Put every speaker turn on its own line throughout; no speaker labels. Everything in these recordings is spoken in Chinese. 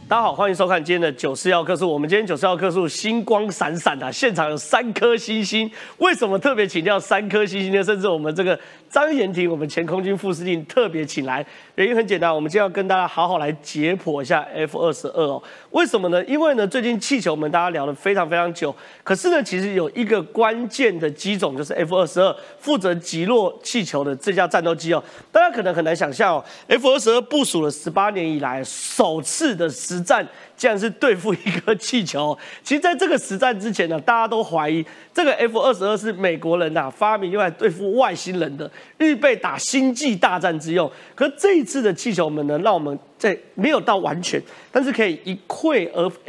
大家好，欢迎收看今天的94要客诉。我们今天94要客诉星光闪闪啊，现场有3颗星星。为什么特别请教3颗星星呢？甚至我们这个张延廷，我们前空军副司令特别请来，原因很简单，我们今天要跟大家好好来解剖一下 F-22哦。为什么呢？因为呢，最近气球我们大家聊得非常久，可是呢，其实有一个关键的机种就是 F-22，负责击落气球的这架战斗机哦。大家可能很难想象哦 ，F-22部署了18年以来首次的实战，竟然是对付一颗气球。其实，在这个实战之前呢，大家都怀疑这个 F-22是美国人发明用来对付外星人的，预备打星际大战之用。可是这一次的气球们呢，让我们在没有到完全，但是可以一窥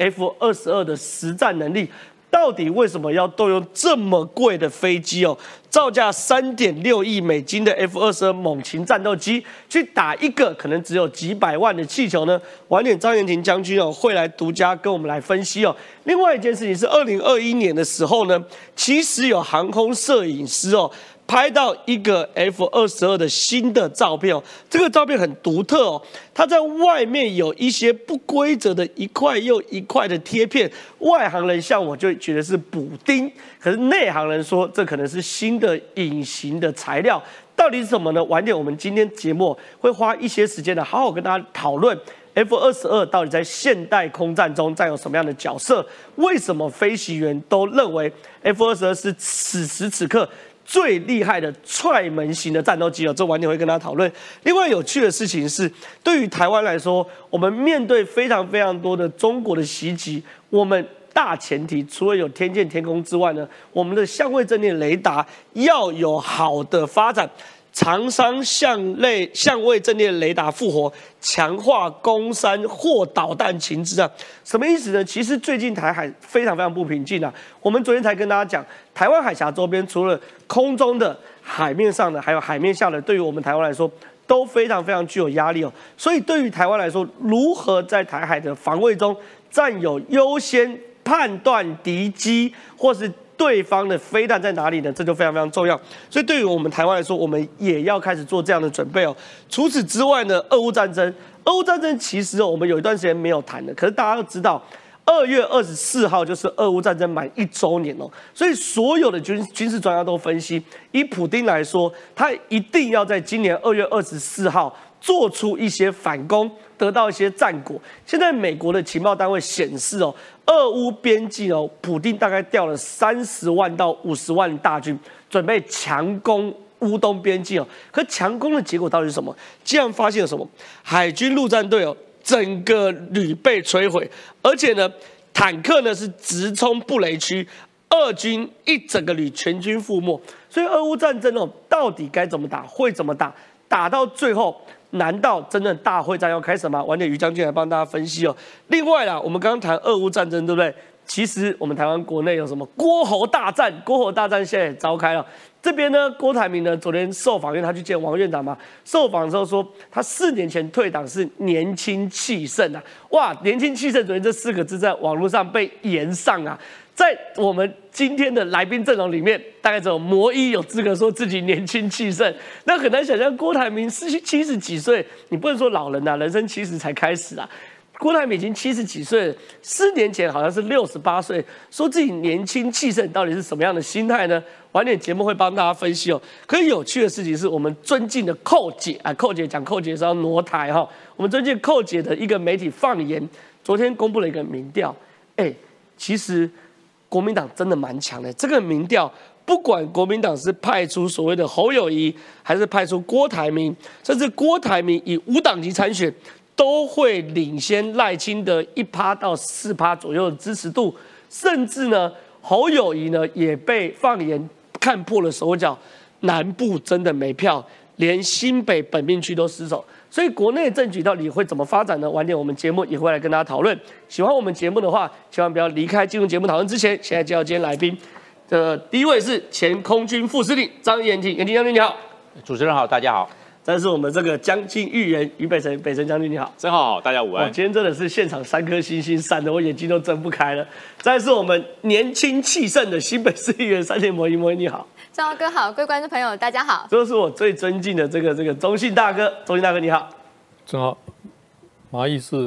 F-22的实战能力。到底为什么要动用这么贵的飞机哦？造价3.6亿美金的 F-22猛禽战斗机去打一个可能只有几百万的气球呢？晚点张延廷将军哦会来独家跟我们来分析哦。另外一件事情是2021年的时候呢，其实有航空摄影师哦。拍到一个 F-22的新的照片哦，这个照片很独特哦，它在外面有一些不规则的一块又一块的贴片，外行人像我就觉得是补丁，可是内行人说这可能是新的隐形的材料，到底是什么呢？晚点我们今天节目会花一些时间呢，好好跟大家讨论。F-22到底在现代空战中占有什么样的角色？为什么飞行员都认为 F-22是此时此刻最厉害的踹门型的战斗机哦？这晚点会跟大家讨论。另外有趣的事情是，对于台湾来说，我们面对非常多的中国的袭击，我们大前提除了有天剑天空之外呢，我们的相位阵列雷达要有好的发展。长商相位阵列雷达复活，强化攻山或导弹情资啊，什么意思呢？其实最近台海非常不平静啊。我们昨天才跟大家讲，台湾海峡周边除了空中的、海面上的，还有海面下的，对于我们台湾来说都非常具有压力哦。所以对于台湾来说，如何在台海的防卫中占有优先，判断敌机或是对方的飞弹在哪里呢？这就非常重要。所以对于我们台湾来说，我们也要开始做这样的准备哦。除此之外呢，俄乌战争其实我们有一段时间没有谈的，可是大家都知道，2月24号就是俄乌战争满1周年哦。所以所有的军事专家都分析，以普丁来说，他一定要在今年2月24号做出一些反攻，得到一些战果。现在美国的情报单位显示哦，俄乌边境哦，普丁大概调了30万到50万大军，准备强攻乌东边境哦。可强攻的结果到底是什么？竟然发现了什么？海军陆战队哦，整个旅被摧毁，而且呢，坦克呢是直冲布雷区，俄军一整个旅全军覆没。所以俄乌战争哦，到底该怎么打？会怎么打？打到最后，难道真的大会战要开始吗？晚点于将军来帮大家分析哦。另外啦，我们刚刚谈俄乌战争，对不对？其实我们台湾国内有什么郭侯大战？郭侯大战现在也召开了。这边呢，郭台铭呢昨天受访，因为他去见王院长嘛，受访的时候说，他4年前退党是年轻气盛啊，哇，年轻气盛，昨天这4个字在网络上被炎上啊。在我们今天的来宾阵容里面，大概只有魔一有资格说自己年轻气盛。那很难想象郭台铭70几岁，你不能说老人啊，人生70才开始啊。郭台铭已经70几岁了，4年前好像是68岁，说自己年轻气盛，到底是什么样的心态呢？晚点节目会帮大家分析哦。可是有趣的事情是我们尊敬的寇姐啊，寇姐讲寇姐是要挪台哈。我们尊敬寇姐的一个媒体放言，昨天公布了一个民调，其实国民党真的蛮强的。这个民调，不管国民党是派出所谓的侯友宜，还是派出郭台铭，甚至郭台铭以无党籍参选，都会领先赖清德1%到4%左右的支持度，甚至呢，侯友宜呢也被放言看破了手脚，南部真的没票，连新北本命区都失守。所以国内政局到底会怎么发展呢？晚点我们节目也会来跟大家讨论。喜欢我们节目的话，千万不要离开。进入节目讨论之前，现在介绍今天来宾。第一位是前空军副司令张延廷，延廷将军你好。
主持人好，大家好。
再是我们这个将军预言于北辰将军你好。
真好，大家午安。
今天真的是现场3颗星星，闪得我眼睛都睁不开了。再是我们年轻气盛的新北市议员山田模一你好。
张豪哥好，各位观众朋友大家好。
这是我最尊敬的这个中信大哥，中信大哥你好。
正好，马毅是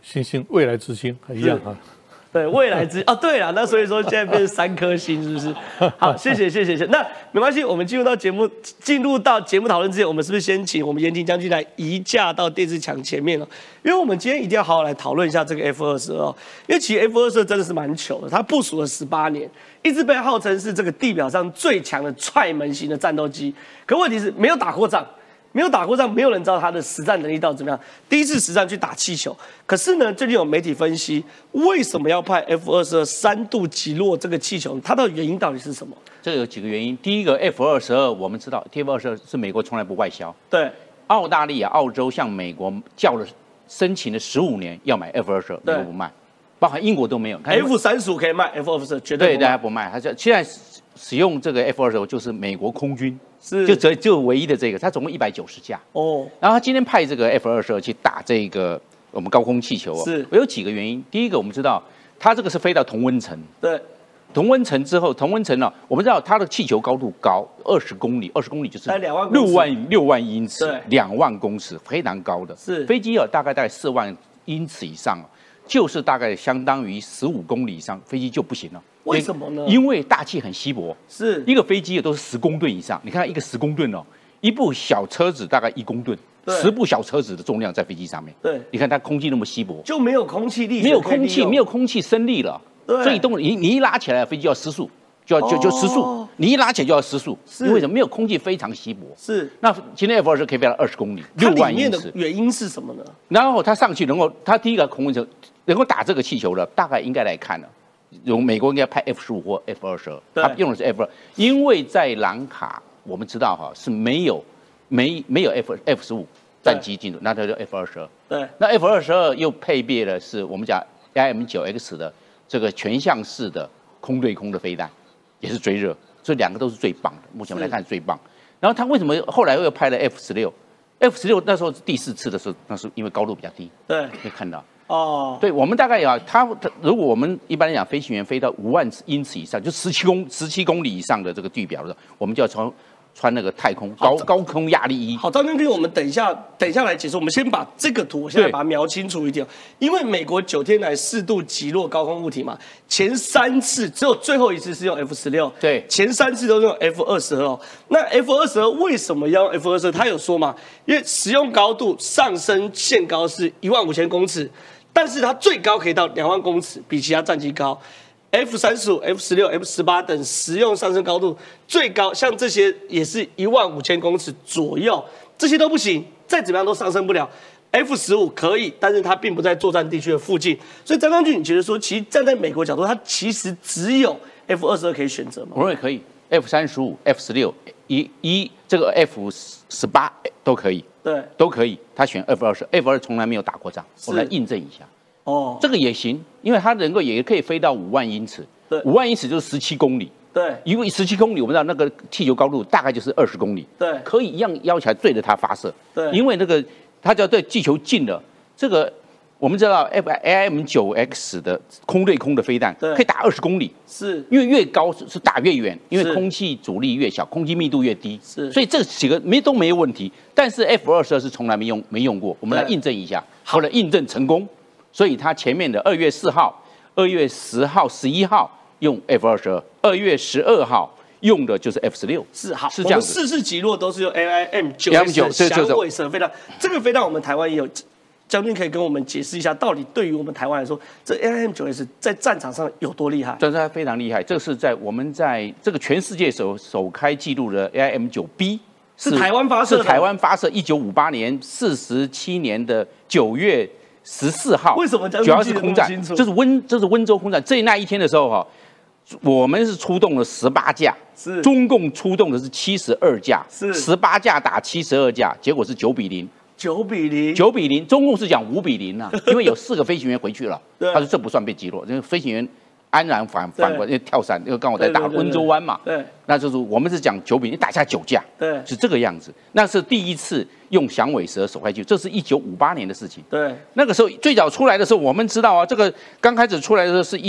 星星未来之星一样啊。
对，未来之对了，那所以说现在变成3颗星，是不是？好，谢谢。那没关系，我们进入到节目讨论之前，我们是不是先请我们严庭将军来移驾到电视墙前面了？因为我们今天一定要好好来讨论一下这个 F-22哦，因为其实 F-22真的是蛮糗的，它部署了18年，一直被号称是这个地表上最强的踹门型的战斗机，可问题是没有打过仗。没有人知道他的实战能力到底怎么样。第一次实战去打气球，可是呢，最近有媒体分析，为什么要派 F-223度击落这个气球？它的原因到底是什么？
这个有几个原因。第一个 F-22，我们知道 F-22是美国从来不外销。
对，
澳大利亚、澳洲向美国申请了15年要买 F-22，美国不卖，包含英国都没有。
F-35可以卖 F-22绝对不卖。
对，大家不卖。它现在使用这个 F-22就是美国空军。就唯一的这个，它总共190架哦。然后他今天派这个 F-22去打这个我们高空气球哦，有几个原因。第一个，我们知道它这个是飞到同温层，
对，
同温层之后，同温层呢，我们知道它的气球高度高20公里，20公里就是6万英尺，2万公尺，非常高的。
是
飞机大概4万英尺以上，就是大概相当于15公里以上，飞机就不行了。
为什么呢？
因为大气很稀薄，
是一
个飞机都是10公吨以上。你看一个10公吨哦，一部小车子大概1公吨，10部小车子的重量在飞机上面。
对，
你看它空气那么稀薄，
就没有空气力，
没有空气升力了。所以你一拉起来，飞机要失速，就失速。你一拉起来就要失速，因为什么？没有空气非常稀薄。
是。
那今天 F-22可以飞到20公里，6万英尺。
原因是什么呢？
然后它上去它第一个空温层能够打这个气球的，大概应该来看了。美国应该派 F-15或 F-22，他用的是 F-22，因为在兰卡我们知道是没有 F-15战机进入，那它就 F-22。
对，
那 F-22又配备了是我们讲 AIM-9X 的这个全向式的空对空的飞弹，也是最热，所以2个都是最棒的，目前来看是最棒。然后他为什么后来又派了 F-16？F-16那时候是第4次的时候，那是因为高度比较低，
对，
可以看到。
对，
我们大概如果我们一般来讲，飞行员飞到5万英尺以上，就17公里以上的这个地表的时候，我们就要穿那个太空高空压力衣。
好，张将军，我们等一下来解释。我们先把这个图，我现在把它描清楚一点。因为美国9天来4度击落高空物体嘛，前3次只有最后1次是用 F-16，
对，
前3次都是用 F-22哦。那 F-22为什么要用 F-22？他有说嘛，因为使用高度上升限高是15000公尺。但是它最高可以到2万公尺，比其他战机高。F-35、F-16、F-18等实用上升高度最高，像这些也是15000公尺左右，这些都不行，再怎么样都上升不了。F-15可以，但是它并不在作战地区的附近。所以张将军，你觉得说，其实站在美国角度，它其实只有 F-22可以选择吗？
我认为可以 ，F-35、F-16、这个 F-18都可以。
对，
都可以。他选 F-22从来没有打过仗，我们来印证一下。这个也行，因为它也可以飞到5万英尺。对，5万英尺就是17公里。
对，
因为17公里，我们知道那个气球高度大概就是20公里。
对，
可以一样摇起来对着它发射。
对，
因为它只要对气球近了，这个我们知道 AIM-9X 的空对空的飞弹可以打20公里。
是，
因为越高是打越远，因为空气阻力越小，空气密度越低。
是，
所以这几个都没有问题。但是 F-22是从来没用过，我们来印证一下。后来印证成功，所以它前面的2月4号、2月10号、11号用 F-22，2月12号用的就是 F-16。
是，好，
是这样子。
我们4次击落都是用 AIM-9响尾蛇飞弹，这个飞弹我们台湾也有。将军可以跟我们解释一下，到底对于我们台湾来说，这 AIM-9X在战场上有多厉害？
这是非常厉害，这是我们在这个全世界首开纪录的 AIM-9B。
是台湾发射的，
是台湾发射1958年47年的9月14号。
为什么？
主要是空战，这是温州空战。那一天的时候我们是出动了18架，
是
中共出动的是72架，
是
18架打72架，结果是9比0。
9比0，
9比0，中共是讲5比0啊，因为有4个飞行员回去了，他说这不算被击落，因为飞行员安然反过来，因为跳伞，因为刚好在打温州湾嘛，
对，
那就是我们是讲9比0，打下9架，
对，
是这个样子。那是第一次用响尾蛇首开纪录，这是1958年的事情。
对，
那个时候最早出来的时候，我们知道啊，这个刚开始出来的时候是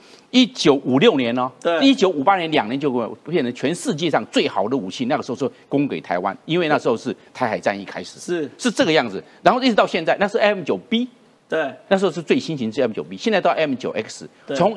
1956年哦，
对
，1958年2年就变成全世界上最好的武器。那个时候说供给台湾，因为那时候是台海战役开始，
是
这个样子。然后一直到现在，那是AIM-9B。
对，
那时候是最新型之 AM9B， 现在到 AM9X， 从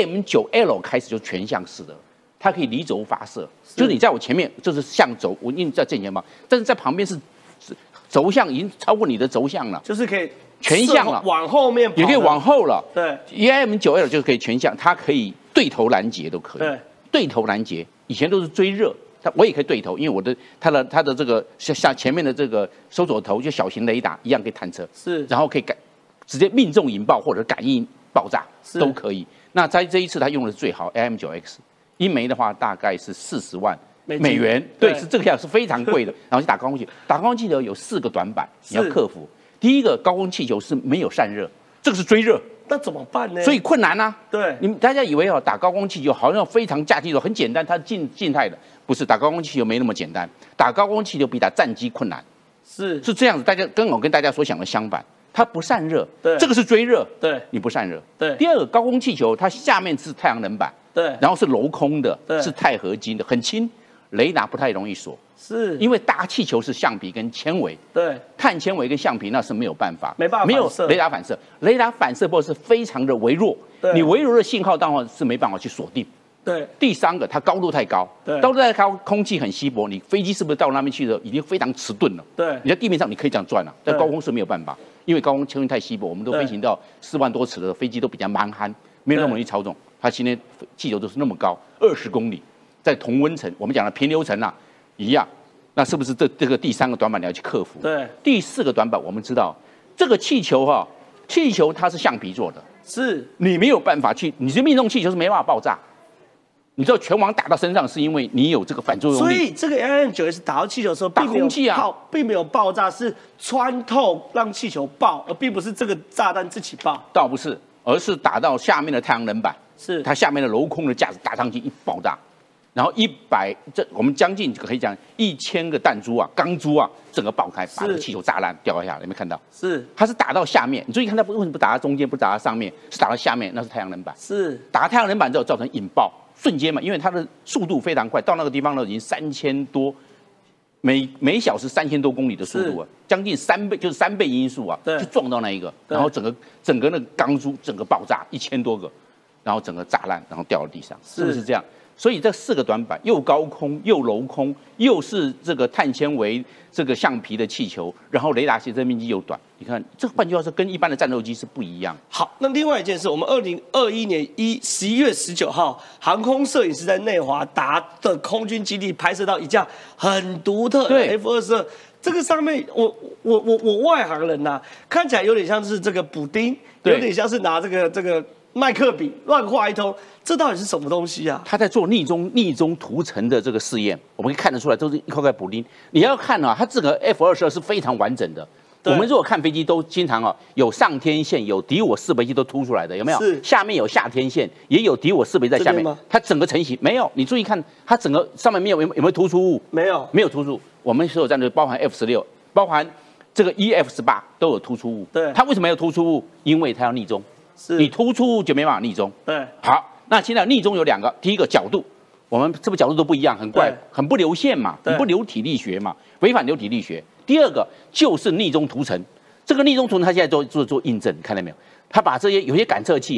AM9L 开始就全向式的，它可以离轴发射，就是你在我前面就是向轴，我因为在正前方，但是在旁边是轴向已经超过你的轴向了，
就是可以
全向了，
往后面跑，
也可以往后了。
对
，AM9L 就是可以全向，它可以对头拦截都可以。
对，
对头拦截以前都是追热，我也可以对头，因为它的这个像前面的这个搜索头就小型雷达一样可以探测，
是，
然后可以直接命中引爆或者感应爆炸都可以。那在这一次它用的是最好 AM9X， 一枚的话大概是40万美元，对，是这个样，是非常贵的。然后去打高空气球，打高空气球有4个短板你要克服。第一个，高空气球是没有散热，这个是追热，
那怎么办呢？
所以困难啊。
对，
你们大家以为打高空气球好像非常架机球很简单，它静态的，不是，打高空气球没那么简单，打高空气球比打战机困难，是这样子。大家跟大家所想的相反，它不散热，对，这个是追热，对，你不散热，对。第二个，高空气球它下面是太阳能板，对，然后是镂空的，是钛合金的，很轻，雷达不太容易锁。是因为大气球是橡皮跟纤维，对，碳纤维跟橡皮那是没有办法，没办法，没有雷达反射，雷达反射波是非常的微弱，你微弱的信号当然是没办法去锁定。对，第三个它高度太高，高度太高，空气很稀薄，你飞机是不是到那边去的已经非常迟钝了？对，你在地面上你可以这样转了，在高空是没有办法，因为高空空气太稀薄，我们都飞行到4万多尺的飞机都比较蛮憨，没有那么容易操纵。它今天气球都是那么高，20公里，在同温层，我们讲的平流层啊。一样，那是不是这个第3个短板你要去克服？对，第4个短板我们知道，这个气球气球它是橡皮做的，是你没有办法去，你是命中气球是没办法爆炸。你知道全网打到身上是因为你有这个反作用力，所
以这个 AM9S 打到气球的时候，打空气啊，并没有爆炸，是穿透让气球爆，而并不是这个炸弹自己爆。
倒不是，而是打到下面的太阳能板，是它下面的镂空的架子打上去一爆炸。然后我们将近可以讲1000个弹珠啊，钢珠啊，整个爆开，把这个气球炸烂掉下来，有没有看到？是，它是打到下面，你注意看它为什么不打到中间，不打到上面，是打到下面，那是太阳能板。是，打到太阳能板之后造成引爆，瞬间嘛，因为它的速度非常快，到那个地方呢已经3000多，每小时3000多公里的速度啊，将近3倍，就是3倍音速啊，就撞到那一个，然后整个那个钢珠整个爆炸1000多个，然后整个炸烂，然后掉到地上，是不是这样？所以这4个短板，又高空又镂空，又是这个碳纤维这个橡皮的气球，然后雷达其实生命机又短，你看这换句话说，跟一般的战斗机是不一样。
好，那另外一件事，我们2021年11月19号，航空摄影师在内华达的空军基地拍摄到一架很独特的 F-22。这个上面，我外行人呐，看起来有点像是这个补丁，有点像是拿这个麦克笔乱画一通，这到底是什么东西啊？
他在做逆中涂层的这个试验，我们可以看得出来，都是一块块补丁。你要看啊，它这个 F-22是非常完整的。我们如果看飞机，都经常有上天线，有敌我4倍机都凸出来的，有没有？是。下面有下天线，也有敌我4倍在下面。它整个成型没有？你注意看，它整个上面有没有突出物？没有，没有突出。我们所有战斗包含 F-16，包含这个 F-18都有突出物。对。它为什么有突出物？因为它要逆中。你突出就没办法逆中。对，好，那现在逆中有2个，第一个角度，我们是不是角度都不一样，很怪，很不流线嘛，很不流体力学嘛，违反流体力学。第二个就是逆中涂层，这个逆中涂层它现在做印证，看到没有？它把这些有些感测器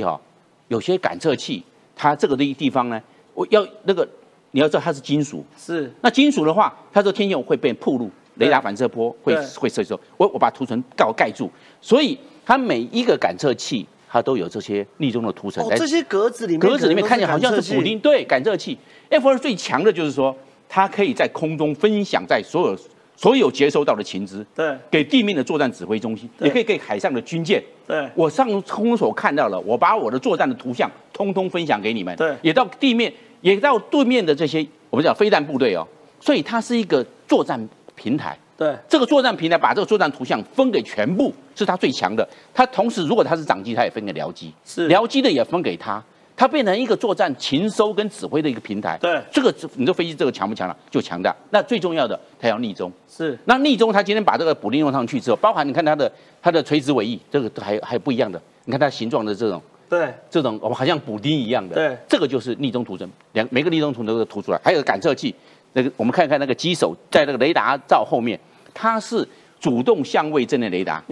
它这个地方呢，你要知道它是金属，是那金属的话，它这天线会被暴露，雷达反射波会射出，我把涂层盖住，所以它每一个感测器。它都有这些逆中的涂层，
这些格子里
面看起来好像是补丁，对，感测器。F-22最强的就是说，它可以在空中分享在所有接收到的情资，对，给地面的作战指挥中心，也可以给海上的军舰。对，我上空所看到了，我把我的作战的图像通通分享给你们，对，也到地面，也到对面的这些我们讲飞弹部队哦，所以它是一个作战平台。对，这个作战平台把这个作战图像分给全部，是它最强的。它同时，如果它是长机，它也分给僚机，是僚机的也分给它，它变成一个作战情收跟指挥的一个平台。对，这个你这飞机这个强不强了？就强大。那最重要的，它要逆中。是，那逆中，它今天把这个补丁用上去之后，包含你看它的垂直尾翼，这个还不一样的。你看它形状的这种，对，这种我们好像补丁一样的。对，这个就是逆中图层，每个逆中图层都凸出来，还有感测器。那个我们看看那个机手在那个雷达罩后面，它是主动相位阵列雷达。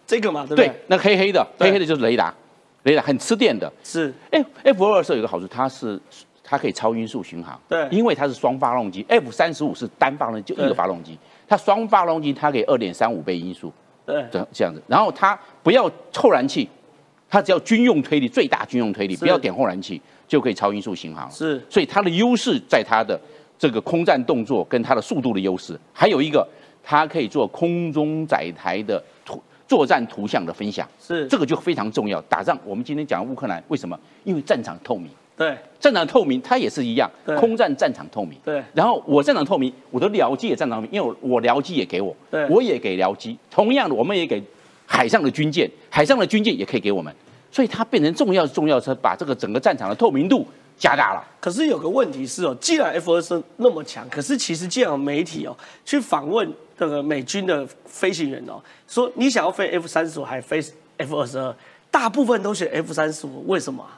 这个嘛，对不对？
对，那黑黑的，黑黑的就是雷达，雷达很吃电的。
是，
哎，F-22有个好处，它可以超音速巡航，
对，
因为它是双发动机。F-35是单发动机，就一个发动机，它双发动机它可以2.35倍音速，
对，
这样子。然后它不要后燃器，它只要军用推力，最大军用推力，不要点后燃器就可以超音速巡航。
是，
所以它的优势在它的这个空战动作跟它的速度的优势，还有一个它可以做空中载台的作战图像的分享，
是
这个就非常重要。打仗，我们今天讲乌克兰，为什么？因为战场透明。
对，
战场透明，它也是一样，空战战场透明。
对，
然后我战场透明，我的僚机也战场透明，因为我僚机也给我，
对，
我也给僚机。同样的，我们也给海上的军舰，海上的军舰也可以给我们，所以它变成重要是把这个整个战场的透明度加大了。
可是有个问题是既然 F-22那么强，可是其实既然有媒体去访问这个美军的飞行员说你想要飞 F-35还飞 F-22，大部分都选 F-35，为什么啊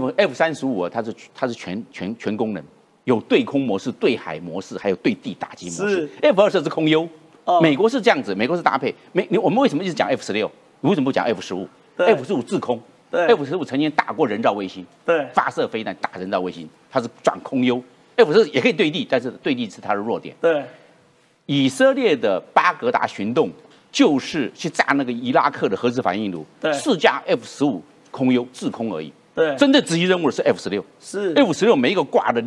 ？F-35它是全功能，有对空模式、对海模式，还有对地打击模式。F-22是空优，美国是这样子，美国是搭配。我们为什么一直讲 F-16？你为什么不讲 F-15？F-15自空。F-15曾经打过人造卫星，
对，
发射飞弹打人造卫星，它是转空优。F-15也可以对地，但是对地是它的弱点。
对，
以色列的巴格达行动就是去炸那个伊拉克的核子反应炉，4架 F-15空优自空而已。
对，
真的执行任务的是 F-16，
是
F-16每一个挂了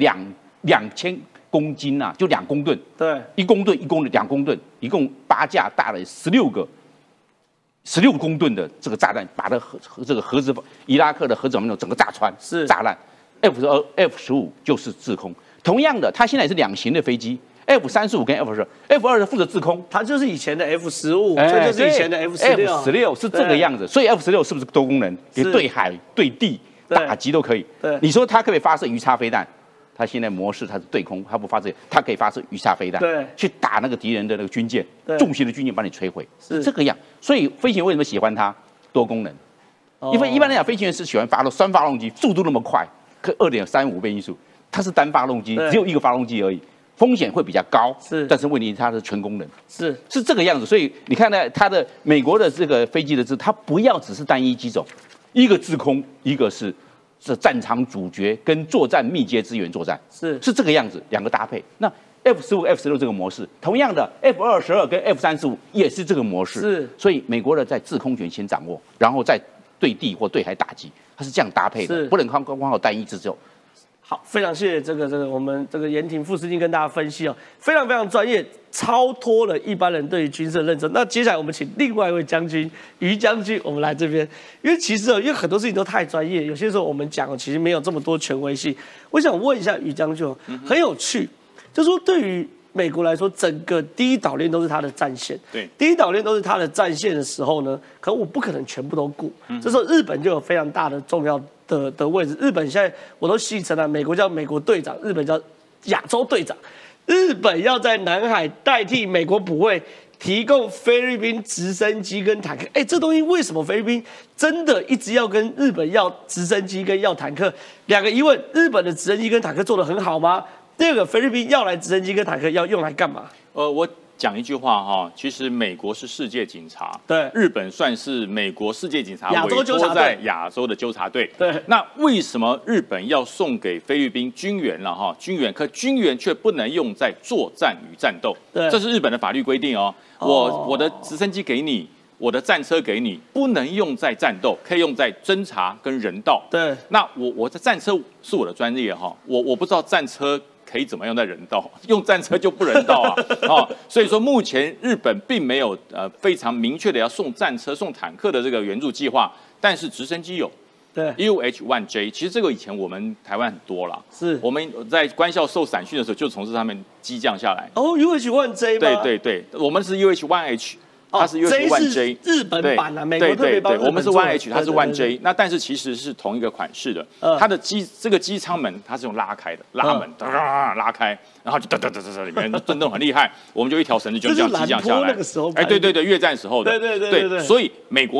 2000公斤啊，就2公吨，
对
，1公吨2公吨，一共8架大的16公吨的这个炸弹，把这个核子伊拉克的核子反应炉整个炸穿，
是
炸烂。F-15就是自空，同样的，它现在也是2型的飞机。F-35跟 F-22负责自空，
它就是以前的 F-15，这就是以前的
F-16是这个样子，所以 F-16是不是多功能？也对海、对地打击都可以。
对，
你说它可不可以发射鱼叉飞弹？它现在模式它是对空，它不发射，它可以发射鱼叉飞弹，
对，
去打那个敌人的那个军舰，重型的军舰把你摧毁，
是
这个样。所以飞行员为什么喜欢它？多功能。因为一般来讲，飞行员是喜欢双发动机，速度那么快，可2.35倍音速，它是单发动机，只有一个发动机而已。风险会比较高，但是问题它是全功能，是这个样子。所以你看呢，它的美国的这个飞机的它不要只是单一机种，一个自空，一个是战场主角跟作战密接支援作战，是这个样子，两个搭配。那 F-15、F-16这个模式，同样的 F-22跟 F-35也是这个模式，是。所以美国的在制空权先掌握，然后再对地或对海打击，它是这样搭配的，不能光靠单一之后。
好，非常谢谢这个我们这个严廷副司令跟大家分析非常非常专业，超脱了一般人对于军事认知。那接下来我们请另外一位将军于将军，我们来这边，因为其实因为很多事情都太专业，有些时候我们讲其实没有这么多权威性。我想问一下于将军很有趣，就是说对于美国来说，整个第一岛链都是它的战线，对，第一岛链都是它的战线的时候呢，可我不可能全部都顾，这时候日本就有非常大的重要的位置。日本现在我都戏称了，美国叫美国队长，日本叫亚洲队长。日本要在南海代替美国补位，提供菲律宾直升机跟坦克。这东西为什么菲律宾真的一直要跟日本要直升机跟要坦克？两个疑问：日本的直升机跟坦克做得很好吗？第二个，菲律宾要来直升机跟坦克要用来干嘛？
我讲一句话哈，其实美国是世界警察，
对，
日本算是美国世界警察
亚洲纠察队，
在亚洲的纠察队，
对。
那为什么日本要送给菲律宾军援了哈？军援，可军援却不能用在作战与战斗，对，这是日本的法律规定哦。我的直升机给你，我的战车给你，不能用在战斗，可以用在侦察跟人道。
对。
那我的战车是我的专业哈，我不知道战车可以怎么用在人道，用战车就不人道啊！所以说目前日本并没有非常明确的要送战车、送坦克的这个援助计划，但是直升机有。
对
UH-1J， 其实这个以前我们台湾很多啦，是我们在官校受散训的时候就从这上面机降下来。
UH-1J 吗？
对，我们是 UH-1H。它是 UH-1J
日本版的，美国特别帮
我们是 1H， 它是 1J， 那但是其实是同一个款式的。它的这个机舱门它是用拉开的，拉门拉开，然后就里面震动很厉害，我们就一条绳子就这样机降下来。
那个时候，
对，越战时候的，对，所以美国有。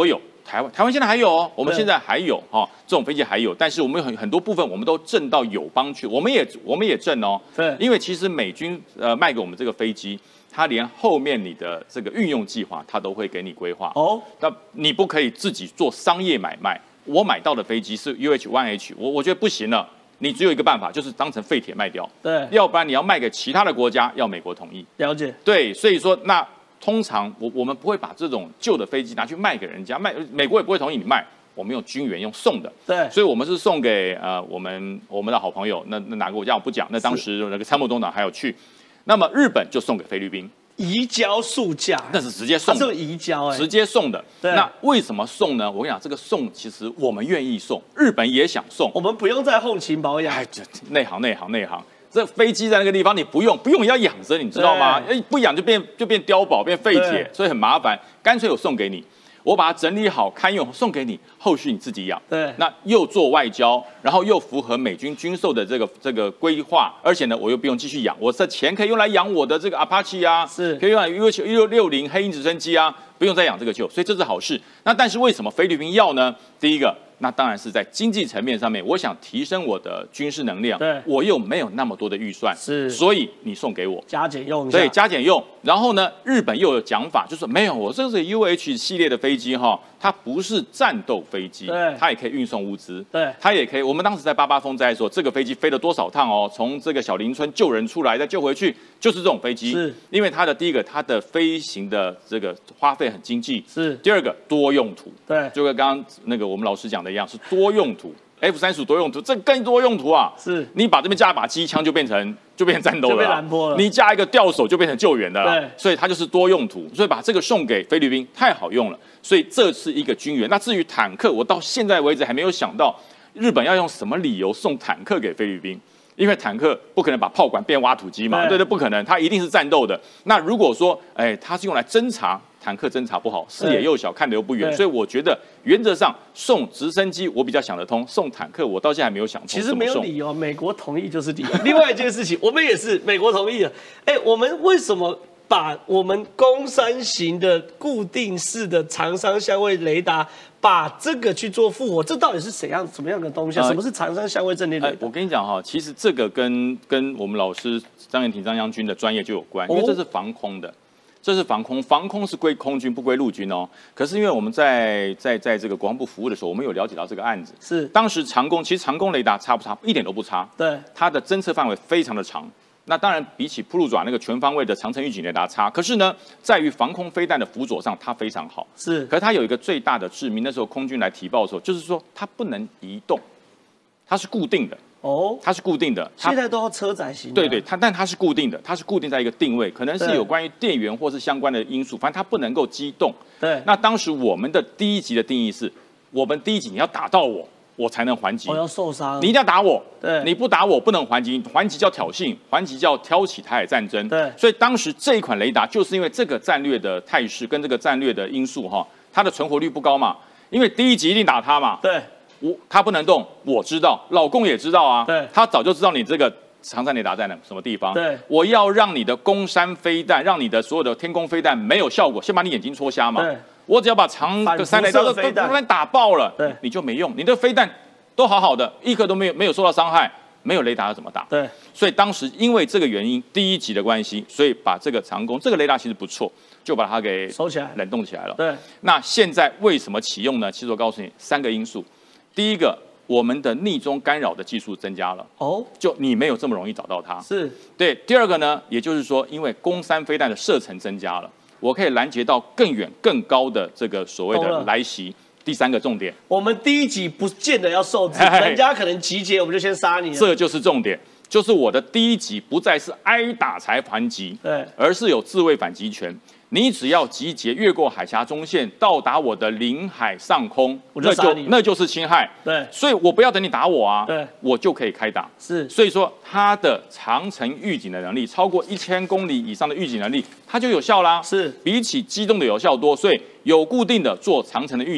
台湾现在还有哦，我们现在还有哈，这种飞机还有，但是我们很多部分我们都赠到友邦去，我们也赠哦。
对，
因为其实美军卖给我们这个飞机，它连后面你的这个运用计划，它都会给你规划。哦，那你不可以自己做商业买卖。我买到的飞机是 UH-1H， 我觉得不行了。你只有一个办法，就是当成废铁卖掉。
对，
要不然你要卖给其他的国家，要美国同意。
了解。
对，所以说那通常我们不会把这种旧的飞机拿去卖给人家，美国也不会同意你卖。我们用军援用送的，
对，
所以我们是送给我们的好朋友。那哪个国家我不讲。那当时那个参谋总长还有去。那么日本就送给菲律宾。
移交速价，
那是直接送的，
它是移交
直接送的。那为什么送呢？我跟你讲，这个送其实我们愿意送，日本也想送，
我们不用再后勤保养。
哎，这内行。这飞机在那个地方，你不用也要养着，你知道吗？不养就变碉堡，变废铁，所以很麻烦。干脆我送给你。我把它整理好堪用送给你，后续你自己养。
对，
那又做外交，然后又符合美军军售的这个规划，而且呢，我又不用继续养，我这钱可以用来养我的这个 Apache 啊，
是
可以用来1660黑鹰直升机啊，不用再养这个旧，所以这是好事。那但是为什么菲律宾要呢？第一个，那当然是在经济层面上面，我想提升我的军事能量，
对，
我又没有那么多的预算，
是，
所以你送给我
加减用一下，
对，加减用。然后呢，日本又有讲法，就是没有，我这是 UH 系列的飞机哈，它不是战斗飞机，
对，
它也可以运送物资，
对，
它也可以。我们当时在88风灾的时候，这个飞机飞了多少趟哦？从这个小林村救人出来，再救回去，就是这种飞机。
是，
因为它的第一个，它的飞行的这个花费很经济；
是，
第二个多用途，
对，
就跟刚刚那个我们老师讲的一样，是多用途。F-35多用途，这更多用途啊！
是，
你把这边加一把机枪就变成战斗了，
就变蓝波了。
你加一个吊手就变成救援的了。
对，
所以它就是多用途，所以把这个送给菲律宾太好用了。所以这是一个军援。那至于坦克，我到现在为止还没有想到日本要用什么理由送坦克给菲律宾。因为坦克不可能把炮管变挖土机嘛，对，不可能，它一定是战斗的。那如果说，它是用来侦察，坦克侦察不好，视野又小，看得又不远，所以我觉得原则上送直升机我比较想得通，送坦克我到现在还没有想通。
其实没有理由，美国同意就是理由。另外一件事情，我们也是美国同意的。我们为什么把我们弓山型的固定式的长商相位雷达？把这个去做复活，这到底是什么样的东西？什么是长商相位阵列雷达？
我跟你讲哈，其实这个跟我们老师张彦廷张将军的专业就有关，因为这是防空的，这是防空是归空军不归陆军哦。可是因为我们在这个国防部服务的时候，我们有了解到这个案子，
是
当时其实长弓雷达差不差？一点都不差，
对，
它的侦测范围非常的长。那当然，比起铺路爪那个全方位的长程预警雷达差，可是呢，在于防空飞弹的辅佐上，它非常好。
是，
可是它有一个最大的致命，那时候空军来提报的时候，就是说它不能移动，它是固定的。哦，它是固定的。
现在都要车载型。
对，但它是固定的，它是固定在一个定位，可能是有关于电源或是相关的因素，反正它不能够机动。
对。
那当时我们的第一级的定义是，我们第一级你要打到我才能还击，
我要受伤，
你一定要打我，
对，
你不打我不能还击，还击叫挑衅，还击叫挑起台海战争，
对，
所以当时这一款雷达就是因为这个战略的态势跟这个战略的因素哈，它的存活率不高嘛，因为第一集一定打它嘛，
对，
它不能动，我知道，老共也知道啊，
对，
他早就知道你这个长山雷达在什么地方，
对，
我要让你的攻山飞弹，让你的所有的天宫飞弹没有效果，先把你眼睛戳瞎嘛，
对，
我只要把长的山雷达都打爆了，
对，
你就没用，你的飞弹都好好的，一颗都没有受到伤害，没有雷达要怎么打？
对，
所以当时因为这个原因，第一集的关系，所以把这个长弓这个雷达其实不错，就把它给
收起来，
冷冻起来了。
对，
那现在为什么启用呢？其实我告诉你3个因素，第一个，我们的逆中干扰的技术增加了，哦，就你没有这么容易找到它。
是
对。第二个呢，也就是说，因为攻山飞弹的射程增加了，我可以拦截到更远更高的这个所谓的来袭。第3个重点，
我们第一集不见得要受制，人家可能集结，我们就先杀你了。
这就是重点，就是我的第一集不再是挨打才还击，
对，
而是有自卫反击权。你只要集结越过海峡中线，到达我的领海上空，那就是侵害。
对，
所以我不要等你打我啊，
对，
我就可以开打。
是，
所以说它的长程预警的能力，超过1000公里以上的预警能力，它就有效啦。
是，
比起机动的有效多，所以有固定的做长程的预警。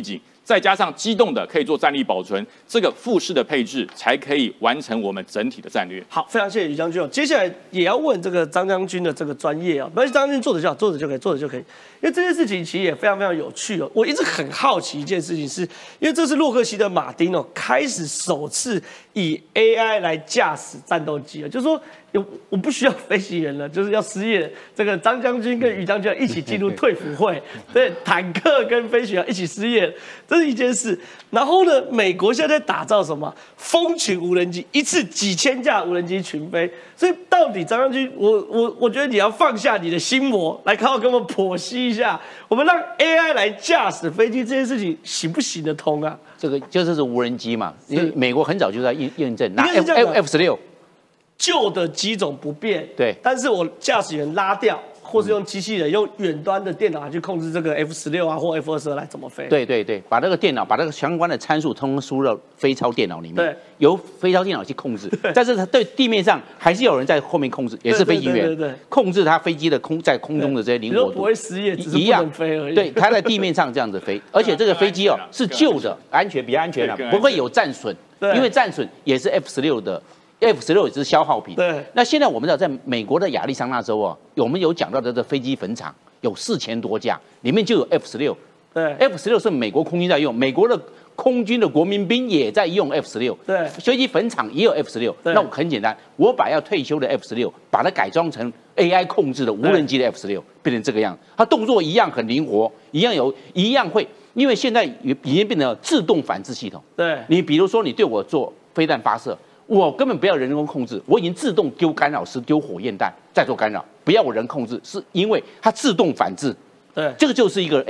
再加上机动的可以做战力保存，这个复式的配置才可以完成我们整体的战略。
好，非常谢谢于将军哦。接下来也要问这个张将军的这个专业啊，没关系，张将军坐着就好，坐着就可以，坐着就可以。因为这件事情其实也非常非常有趣哦。我一直很好奇一件事情是，因为这是洛克希德马丁哦开始首次以 AI 来驾驶战斗机了，就是说我不需要飞行员了，就是要失业。这个张将军跟于将军一起进入退辅会，对，坦克跟飞行员一起失业，这是一件事。然后呢，美国现在在打造什么蜂群无人机，一次几千架无人机群飞。所以到底张将军，我觉得你要放下你的心魔，来好好跟我们剖析一下，我们让 AI 来驾驶飞机这件事情行不行得通啊？
这个就是无人机嘛，因为美国很早就在验证拿 F-16。
旧的机种不变，
对，
但是我驾驶员拉掉，或是用机器人用远端的电脑来去控制这个 F-16啊或 F-22来怎么飞？
对对对，把那个电脑把那个相关的参数通通输入到飞超电脑里面，
对，
由飞超电脑去控制。但是它对地面上还是有人在后面控制，也是飞行员，
对，控
制它飞机的在空中的这些灵活度，
不会失业，只是不能飞而已。
对，它在地面上这样子飞，而且这个飞机哦是旧的，安全比较安全了，不会有战损，因为战损也是 F-16的。F-16也是消耗品。
对。
那现在我们知道，在美国的亚利桑那州啊，我们有讲到的这飞机坟场有4000多架，里面就有 F-16。
对。
F-16是美国空军在用，美国的空军的国民兵也在用 F-16。
对。
飞机坟场也有 F-16。那我很简单，我把要退休的 F-16，把它改装成 AI 控制的无人机的 F-16，变成这个样子。它动作一样很灵活，一样会，因为现在已经变成自动反制系统。
对。
你比如说，你对我做飞弹发射。我根本不要人工控制，我已经自动丢干扰丝、丢火焰弹再做干扰，不要我人控制，是因为它自动反制。
对，
这个就是一个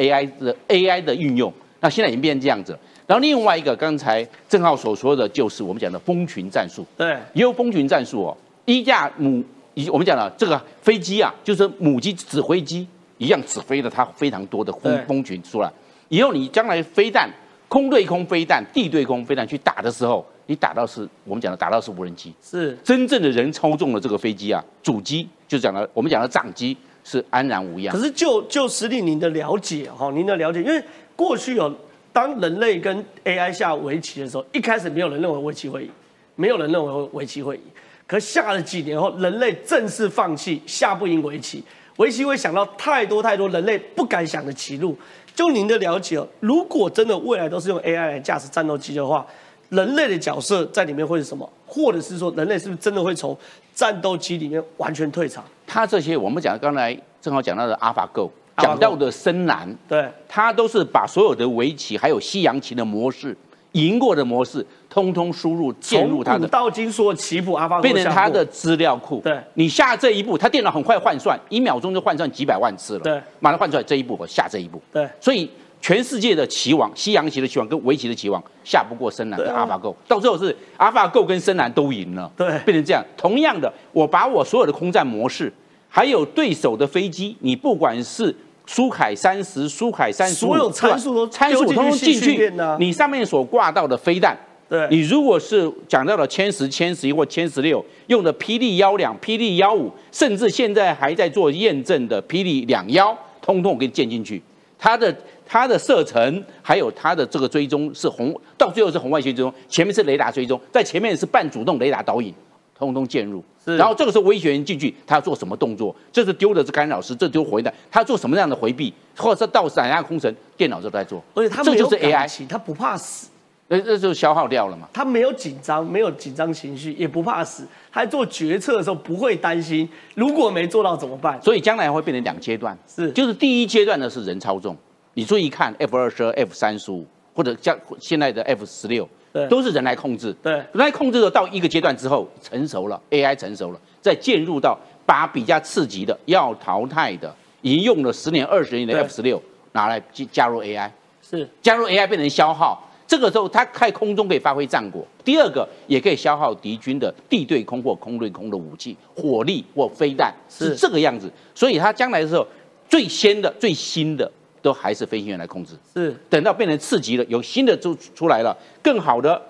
AI 的运用。那现在已经变成这样子了。然后另外一个，刚才郑浩所说的就是我们讲的蜂群战术。
对，
也有蜂群战术哦。我们讲了这个飞机啊，就是母机指挥机一样指挥了它非常多的蜂群出来。以后你将来飞弹、空对空飞弹、地对空飞弹去打的时候。你打到是我们讲的打到是无人机，
是
真正的人操纵了这个飞机啊，主机就讲了我们讲的掌机是安然无恙。
可是就司令您的了解哈，您的了解，因为过去当人类跟 AI 下围棋的时候，一开始没有人认为围棋会赢，没有人认为围棋会赢。可下了几年后，人类正式放弃下不赢围棋，围棋会想到太多人类不敢想的棋路。就您的了解哦，如果真的未来都是用 AI 来驾驶战斗机的话，人类的角色在里面会是什么？或者是说，人类是不是真的会从战斗机里面完全退场？
它这些我们讲刚才正好讲到的 AlphaGo， 讲到的深蓝，
对，
它都是把所有的围棋还有西洋棋的模式、赢过的模式，通通输入建入它的。
从古到今所有棋谱 AlphaGo
变成它的资料库。
对，
你下这一步，它电脑很快换算，1秒钟就换算几百万次了。
对，
马上换出来这一步，我下这一步。
对，
所以。全世界的棋王，西洋棋的棋王跟围棋的棋王下不过深蓝跟 AlphaGo，到最后是 AlphaGo跟深蓝都赢了，
对，
变成这样。同样的，我把我所有的空战模式，还有对手的飞机，你不管是苏凯30、苏凯35，
所有参数
通通进去，你上面所挂到的飞弹，
对，
你如果是讲到了歼10、歼11或歼16，用的霹雳12、霹雳15，甚至现在还在做验证的霹雳21，通通给你建进去，它的射程还有它的这个追踪是到最后是红外线追踪，前面是雷达追踪，在前面是半主动雷达导引，通通介入。然后这个时候威胁人进去，他要做什么动作？这是丢的是干扰丝，这丢回弹，他做什么样的回避，或者是到闪压空城，电脑都在做。
而且他
这就是 AI，
他不怕死，
这就消耗掉了嘛。
他没有紧张情绪，也不怕死，他在做决策的时候不会担心，如果没做到怎么办？
所以将来会变成2阶段，就是第一阶段呢是人操纵。你注意看 F-22、F-35，或者像现在的 F-16，都是人来控制。
对，
人来控制到一个阶段之后成熟了 ，AI 成熟了，再介入到把比较次级的、要淘汰的、已经用了10年、20年的 F-16拿来加入 AI，
是加
入 AI 变成消耗。这个时候它在空中可以发挥战果。第二个也可以消耗敌军的地对空或空对空的武器、火力或飞弹，是这个样子。所以它将来的时候，最新的。都还是飞行员来控制，
是
等到变成次级了，有新的出来了，更好的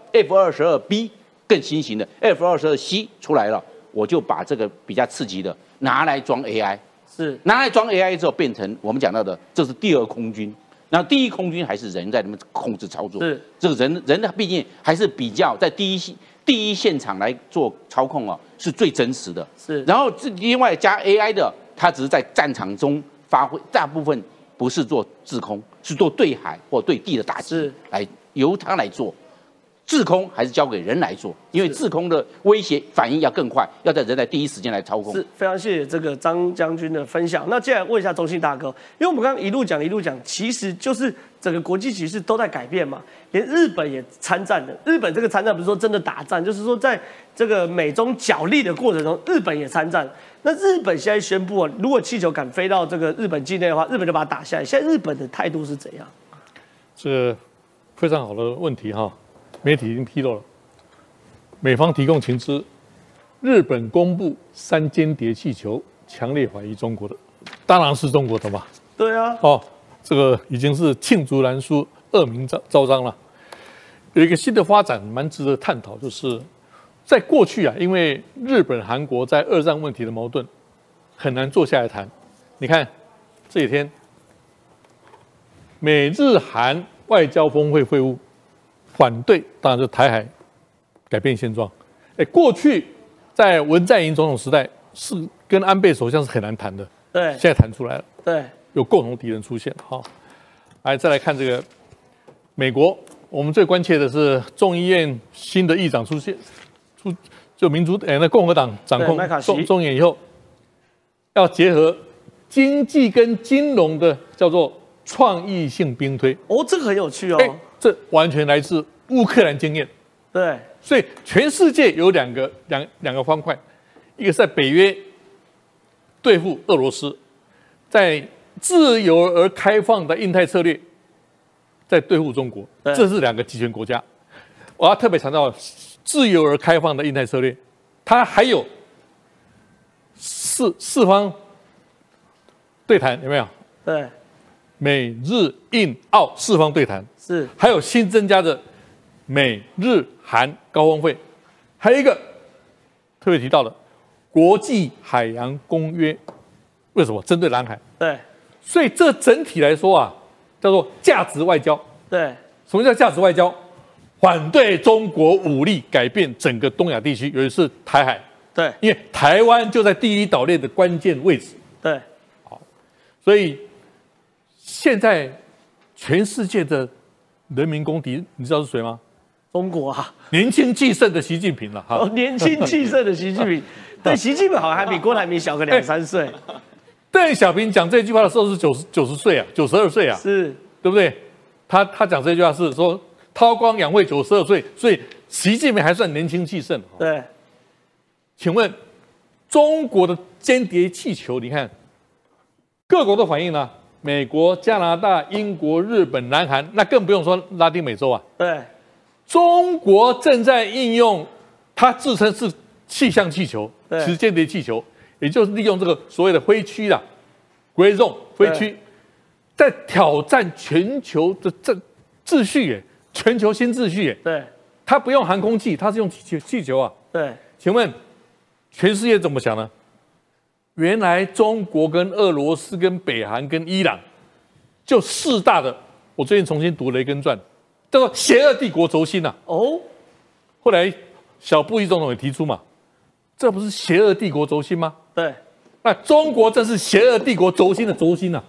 F-22B 更新型的 F-22C 出来了，我就把这个比较次级的拿来装 AI， 是拿来装 AI 之后变成我们讲到的，这是第二空军， 然后第一空军还是人在那边控制操作，
是
这个人毕竟还是比较在第一现场来做操控哦，是最真实的。
是，
然后另外加 AI 的，它只是在战场中发挥，大部分不是做制空，是做对海或对地的打击，来由它来做。制空还是交给人来做，因为制空的威胁反应要更快，要在人在第一时间来操控。
是非常谢谢这个张将军的分享。那接下来问一下中信大哥，因为我们刚刚一路讲，其实就是整个国际局势都在改变嘛，连日本也参战了。日本这个参战不是说真的打仗，就是说在这个美中角力的过程中，日本也参战。那日本现在宣布啊，如果气球敢飞到这个日本境内的话，日本就把它打下来。现在日本的态度是怎样？
这非常好的问题哈。媒体已经披露了，美方提供情资，日本公布3间谍气球，强烈怀疑中国的，当然是中国的嘛。
对啊，
这个已经是罄竹难书，恶名昭彰了。有一个新的发展，蛮值得探讨，就是在过去啊，因为日本、韩国在2战问题的矛盾很难坐下来谈。你看这几天，美日韩外交峰会会晤。反对当然是台海改变现状。过去在文在寅总统时代是跟安倍首相是很难谈的，
对，
现在谈出来了，
对，
有共同敌人出现。好，再来看这个美国，我们最关切的是众议院新的议长出现，就民主那共和党掌控众议院以后，要结合经济跟金融的叫做创意性兵推。
这个很有趣哦。
这完全来自乌克兰经验，
对，
所以全世界有两个方块，一个是在北约对付俄罗斯，在自由而开放的印太策略，在对付中国，这是2个集权国家。我要特别强调，自由而开放的印太策略，它还有四方对谈，有没有？
对。
美日印澳4方对谈
是，
还有新增加的美日韩高峰会，还有一个特别提到的国际海洋公约，为什么？针对南海。
对，
所以这整体来说啊，叫做价值外交。
对，
什么叫价值外交？反对中国武力改变整个东亚地区，尤其是台海。
对，
因为台湾就在第一岛链的关键位置。
对，
好，所以。现在全世界的人民公敌，你知道是谁吗？
中国啊，
年轻气盛的习近平了哈。
年轻气盛的习近平，对，习近平好像还比郭台铭小个2-3岁。
邓小平讲这句话的时候是90岁啊，92岁啊，
是，
对不对？他讲这句话是说韬光养晦92岁，所以习近平还算年轻气盛。
对，
请问中国的间谍气球，你看各国的反应呢？美国、加拿大、英国、日本、南韩，那更不用说拉丁美洲啊。
对，
中国正在应用它自称是气象气球，是间谍气球，也就是利用这个所谓的灰区啦 ，gray zone 灰区，在挑战全球的秩序耶，全球新秩序耶。
对，
它不用航空器，它是用气球啊。
对，
请问全世界怎么想呢？原来中国跟俄罗斯跟北韩跟伊朗，就4大的，我最近重新读《雷根传》，叫做邪恶帝国轴心呐。后来小布希总统也提出嘛，这不是邪恶帝国轴心吗？
对，
那中国正是邪恶帝国轴心的轴心呐。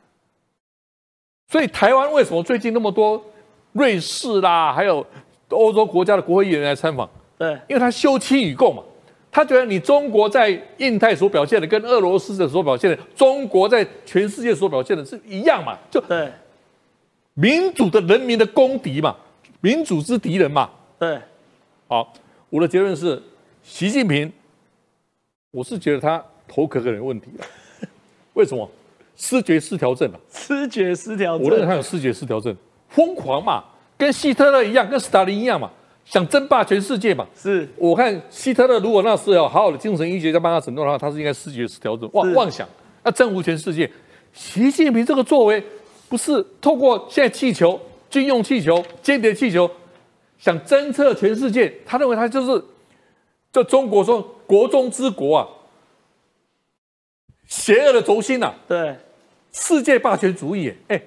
所以台湾为什么最近那么多瑞士啦，还有欧洲国家的国会议员来参访？
对，
因为他休戚与共嘛。他觉得你中国在印太所表现的，跟俄罗斯的所表现的，中国在全世界所表现的是一样嘛？就
对，
民主的人民的公敌嘛，民主之敌人嘛。
对，
好，我的结论是，习近平，我是觉得他头壳可能有问题了。为什么？思觉失调症啊！
思觉失调症，
我认为他有思觉失调症，疯狂嘛，跟希特勒一样，跟斯大林一样嘛。想争霸全世界嘛？
是，我
看希特勒如果那时候有好好的精神医学家帮他诊断的话，他是应该思觉失调症，妄想，要征服全世界。习近平这个作为，不是透过现在气球、军用气球、间谍气球，想侦测全世界，他认为他就中国说国中之国啊，邪恶的轴心啊，
对，
世界霸权主义，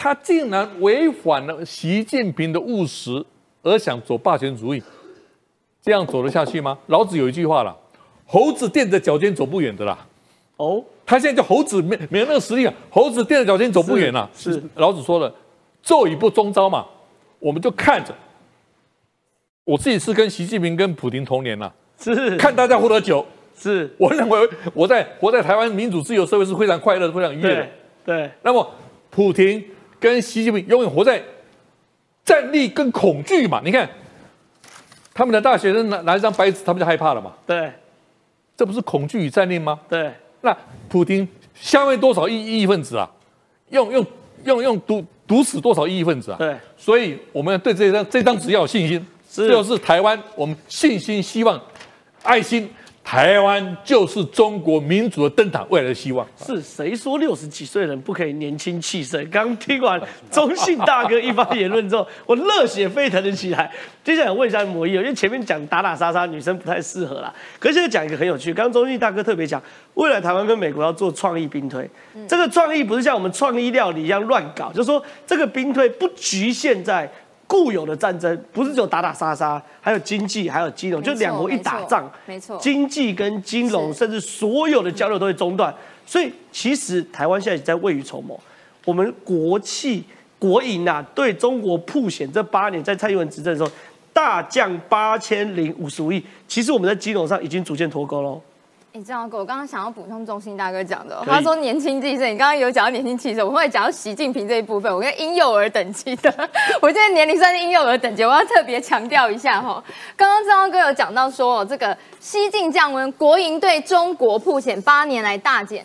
他竟然违反了习近平的务实，而想走霸权主义，这样走得下去吗？老子有一句话了，猴子垫着脚尖走不远的啦。
哦，
他现在叫猴子没有那个实力啊，猴子垫着脚尖走不远了。
是
老子说了，奏以不中招嘛，我们就看着。我自己是跟习近平跟普丁同年了，
是
看大家活得久。
是，
我认为活在台湾民主自由社会是非常快乐、非常愉悦的。
对。
那么普丁跟习近平永远活在战力跟恐惧嘛？你看他们的大学生拿一张白纸，他们就害怕了嘛？
对，
这不是恐惧与战力吗？
对。
那普丁消灭多少异议分子啊？用毒死多少异议分子啊？
对。
所以我们对这张纸要有信心。这就是台湾，我们信心、希望、爱心。台湾就是中国民主的灯塔，未来的希望。
是谁说60几岁人不可以年轻气盛？刚听完中信大哥一番言论之后，我热血沸腾了起来。接下来问一下魔医，因为前面讲打打杀杀，女生不太适合啦。可是现在讲一个很有趣，刚刚中信大哥特别讲，未来台湾跟美国要做创意兵推，这个创意不是像我们创意料理一样乱搞，就是说这个兵推不局限在固有的战争，不是只有打打杀杀，还有经济，还有金融，就两国一打仗，
没错，
经济跟金融甚至所有的交流都会中断。所以其实台湾现在在未雨绸缪，我们国企国营啊，对中国曝险这8年，在蔡英文执政的时候大降8055亿，其实我们在金融上已经逐渐脱钩喽。
这样我刚刚想要补充中信大哥讲的，他说年轻气盛，你刚刚有讲到年轻气盛，我会讲到习近平这一部分，我跟婴幼儿等级的，我现在年龄算是婴幼儿等级，我要特别强调一下哈。刚刚张哥有讲到说，这个西进降温，国营对中国曝险8年来大减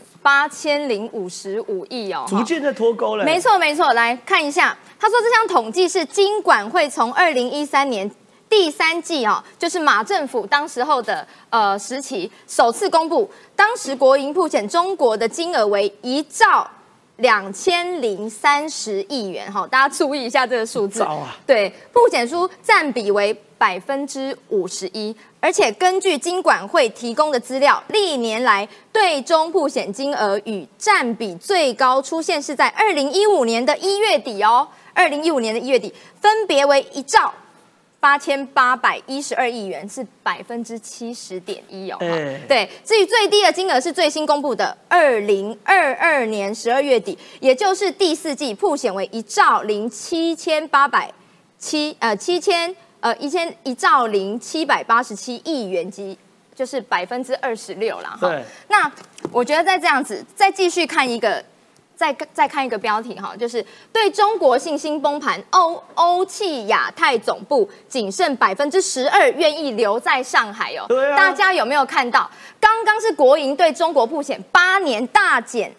8055亿哦，
逐渐在脱钩了。
没错没错，来看一下，他说这项统计是金管会从2013年。第3季就是马政府当时候的时期首次公布，当时国营曝险中国的金额为1兆2030亿元大家注意一下这个数字。对，曝险书占比为51%，而且根据金管会提供的资料，历年来对中曝险金额与占比最高出现是在2015年的1月底，2015年的1月底分别为1兆8812亿元，是70.1%哦。对，至于最低的金额是最新公布的2022年12月底，也就是第4季曝险为1兆0787亿元及就是26%啦。对，那我觉得再这样子，再继续看一个。再看一个标题哈，就是对中国信心崩盘，欧气亚太总部仅剩12%愿意留在上海哦。对啊，大家有没有看到？刚刚是国营对中国曝险8年大减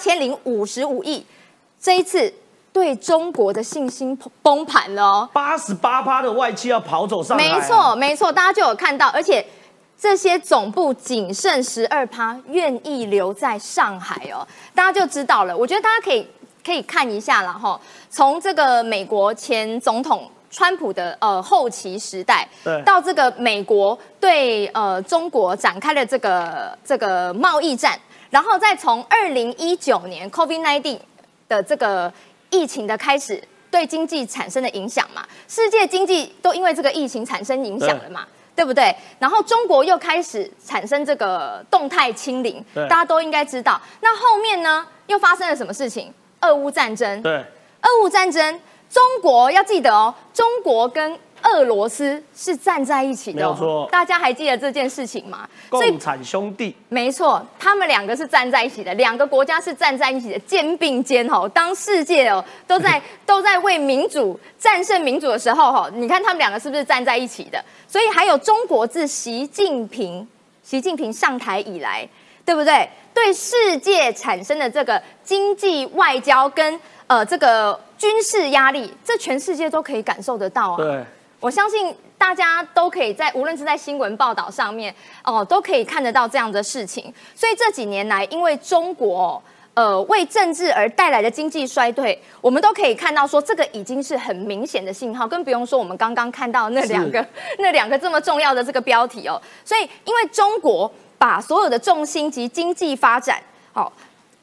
8055亿，这一次对中国的信心崩盘了哦
，88%的外企要跑走上海。
没错，大家就有看到，而且。这些总部仅剩12%愿意留在上海哦，大家就知道了。我觉得大家可以看一下啦哈，从这个美国前总统川普的后期时代，到这个美国对中国展开了这个贸易战，然后再从2019年 COVID-19 的这个疫情的开始，对经济产生的影响嘛，世界经济都因为这个疫情产生影响了嘛。对不对？然后中国又开始产生这个动态清零，大家都应该知道。那后面呢，又发生了什么事情？俄乌战争。对，俄乌战争，中国要记得哦，中国跟俄罗斯是站在一起的，没有错。大家还记得这件事情吗？
共产兄弟，
没错，他们2个是站在一起的，两个国家是站在一起的，肩并肩当世界都在为民主战胜民主的时候你看他们2个是不是站在一起的？所以还有中国自习近平上台以来，对不对？对世界产生的这个经济外交跟这个军事压力，这全世界都可以感受得到啊。对。我相信大家都可以无论是在新闻报道上面都可以看得到这样的事情。所以这几年来，因为中国为政治而带来的经济衰退，我们都可以看到说这个已经是很明显的信号，更不用说我们刚刚看到那两个这么重要的这个标题哦。所以因为中国把所有的重心及经济发展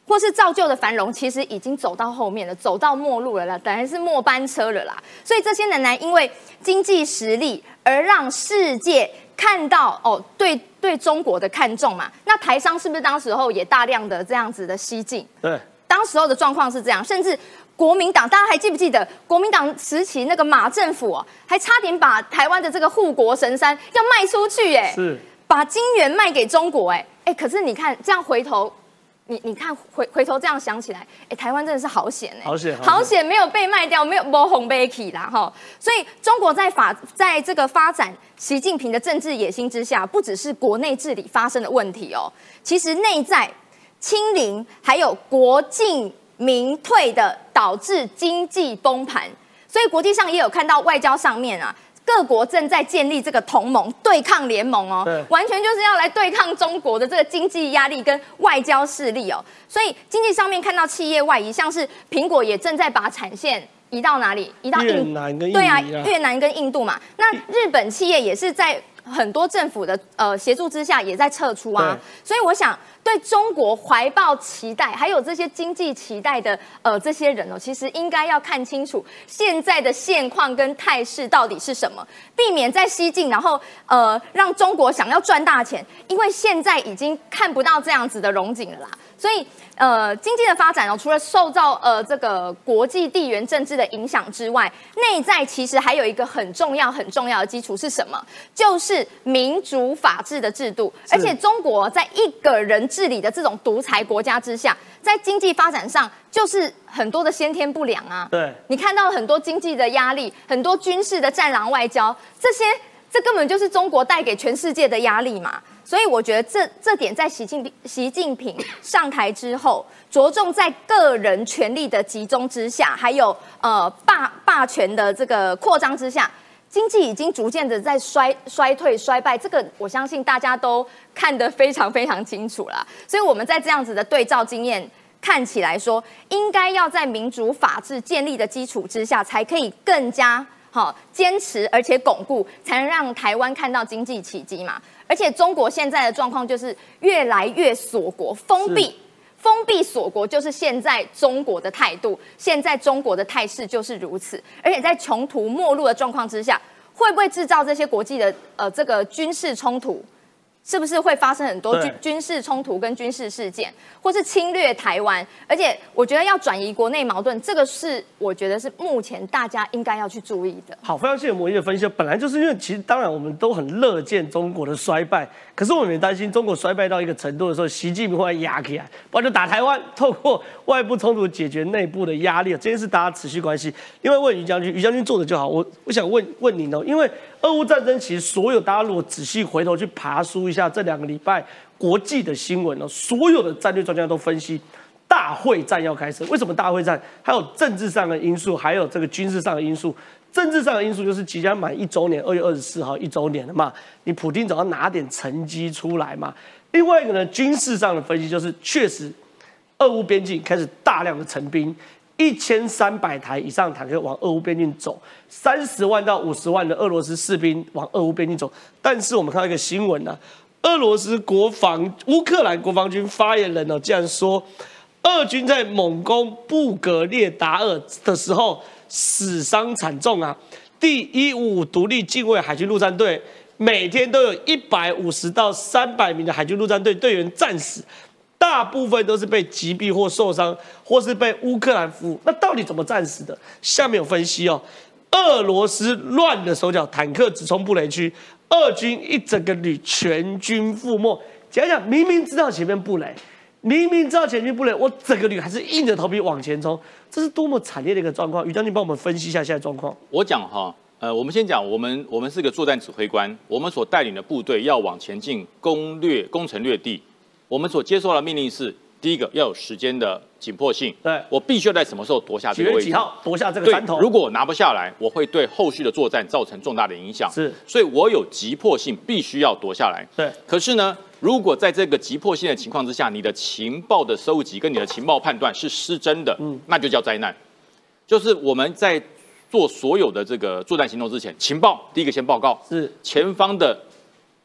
或是造就的繁荣，其实已经走到后面了，走到末路了啦，等于是末班车了啦。所以这些仍然因为经济实力而让世界看到对中国的看重嘛。那台商是不是当时候也大量的这样子的西进？
对，
当时候的状况是这样，甚至国民党，大家还记不记得国民党时期那个马政府还差点把台湾的这个护国神山要卖出去，
是
把金元卖给中国，可是你看这样回头。你看回头这样想起来，台湾真的是好险好险没有被卖掉，没有红被起啦哈。所以中国在这个发展习近平的政治野心之下，不只是国内治理发生的问题其实内在清零还有国进民退的导致经济崩盘。所以国际上也有看到外交上面各国正在建立这个同盟对抗联盟完全就是要来对抗中国的这个经济压力跟外交势力所以经济上面看到企业外移，像是苹果也正在把产线移到哪里？移到
越南跟印度。
对啊，越南跟印度嘛。那日本企业也是在很多政府的协助之下也在撤出所以我想对中国怀抱期待，还有这些经济期待的这些人其实应该要看清楚现在的现况跟态势到底是什么，避免在西进，然后让中国想要赚大钱，因为现在已经看不到这样子的荣景了啦。所以经济的发展除了受到这个国际地缘政治的影响之外，内在其实还有一个很重要的基础是什么？就是民主法治的制度。而且中国在一个人治理的这种独裁国家之下，在经济发展上就是很多的先天不良
对，
你看到很多经济的压力，很多军事的战狼外交，这根本就是中国带给全世界的压力嘛。所以我觉得这点在习近平上台之后，着重在个人权力的集中之下，还有霸权的这个扩张之下，经济已经逐渐的在衰退衰败，这个我相信大家都看得非常非常清楚啦。所以我们在这样子的对照经验看起来说，应该要在民主法治建立的基础之下，才可以更加坚持而且巩固，才能让台湾看到经济奇迹嘛。而且中国现在的状况就是越来越锁国、封闭锁国，就是现在中国的态度，现在中国的态势就是如此。而且在穷途末路的状况之下，会不会制造这些国际的这个军事冲突？是不是会发生很多军事冲突跟军事事件，或是侵略台湾？而且我觉得要转移国内矛盾，这个是我觉得是目前大家应该要去注意的。
好，非常谢谢魔芋的分析。本来就是因为其实当然我们都很乐见中国的衰败，可是我们也担心中国衰败到一个程度的时候，习近平会压起来，不然就打台湾，透过外部冲突解决内部的压力。这件事大家持续关系。另外问于将军，于将军做的就好。我想问您因为俄乌战争其实所有大家如果仔细回头去爬梳一下这2个礼拜国际的新闻所有的战略专家都分析大会战要开始。为什么大会战？还有政治上的因素，还有这个军事上的因素。政治上的因素就是即将满1周年，2月24号1周年了嘛，你普丁总要拿点成绩出来嘛。另外一个呢，军事上的分析就是确实俄乌边境开始大量的成兵。1300台以上坦克往俄乌边境走，30万到50万的俄罗斯士兵往俄乌边境走。但是我们看到一个新闻俄罗斯乌克兰国防军发言人竟然说，俄军在猛攻布格列达尔的时候死伤惨重第155独立近卫海军陆战队每天都有150到300名的海军陆战队队员战死。大部分都是被击毙或受伤，或是被乌克兰俘虏。那到底怎么战死的？下面有分析俄罗斯乱了手脚，坦克直冲布雷区，俄军一整个旅全军覆没。讲讲，明明知道前面布雷，我整个旅还是硬着头皮往前冲，这是多么惨烈的一个状况。于将军帮我们分析一下现在状况。
我讲我们先讲，我们是个作战指挥官，我们所带领的部队要往前进攻城略地。我们所接受的命令是：第一个要有时间的紧迫性，
对我
必须要在什么时候夺下这个位置？
几月几号夺下这个山头？
如果我拿不下来，我会对后续的作战造成重大的影响。所以我有急迫性，必须要夺下来。
对，
可是呢，如果在这个急迫性的情况之下，你的情报的收集跟你的情报判断是失真的，那就叫灾难。就是我们在做所有的这个作战行动之前，情报第一个先报告，
是
前方的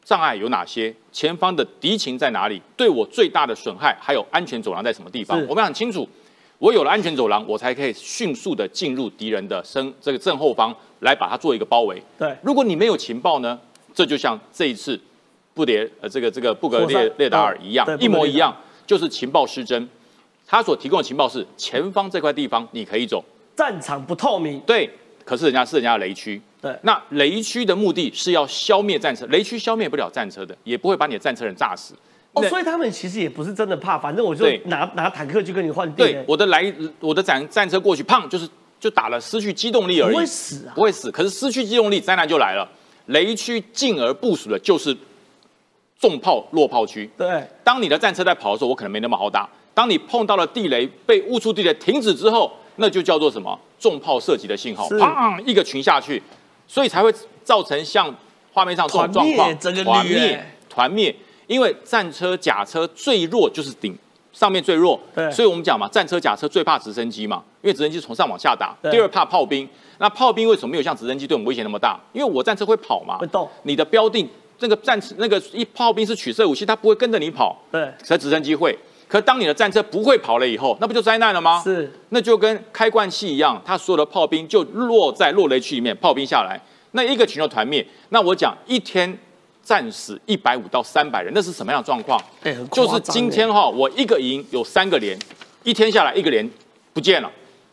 障碍有哪些？前方的敌情在哪里？对我最大的损害还有安全走廊在什么地方？我们很清楚，我有了安全走廊，我才可以迅速的进入敌人的这个正后方来把它做一个包围。
对，
如果你没有情报呢，这就像这一次布格列达尔一样，一模一样，就是情报失真。他所提供的情报是前方这块地方你可以走，
战场不透明。
对，可是人家的雷区。
对，
那雷区的目的是要消灭战车，雷区消灭不了战车的，也不会把你的战车人炸死。
哦，所以他们其实也不是真的怕，反正我就拿坦克去跟你换地。
对，我的战车过去，砰，就打了，失去机动力而已，
不会死啊，
不会死。可是失去机动力，灾难就来了。雷区进而部署的就是重炮落炮区。
对，
当你的战车在跑的时候，我可能没那么好打。当你碰到了地雷，被误触地雷停止之后，那就叫做什么？重炮射击的信号，砰，一个群下去。所以才会造成像画面上这种状况，团灭。因为战车、甲车最弱就是上面最弱，所以我们讲嘛，战车、甲车最怕直升机嘛，因为直升机从上往下打。第二怕炮兵，那炮兵为什么没有像直升机对我们威胁那么大？因为我战车会跑嘛，
会动。你
的标定那个炮兵是取射武器，它不会跟着你跑，
对，
可直升机会。可当你的战车不会跑了以后，那不就灾难了吗？
是，
那就跟开罐器一样，它所有的炮兵就落在落雷区里面，炮兵下来，那一个群就团灭。那我讲一天战死150到300人，那是什么样的状况？就是今天我一个营有3个连，一天下来一个连不见了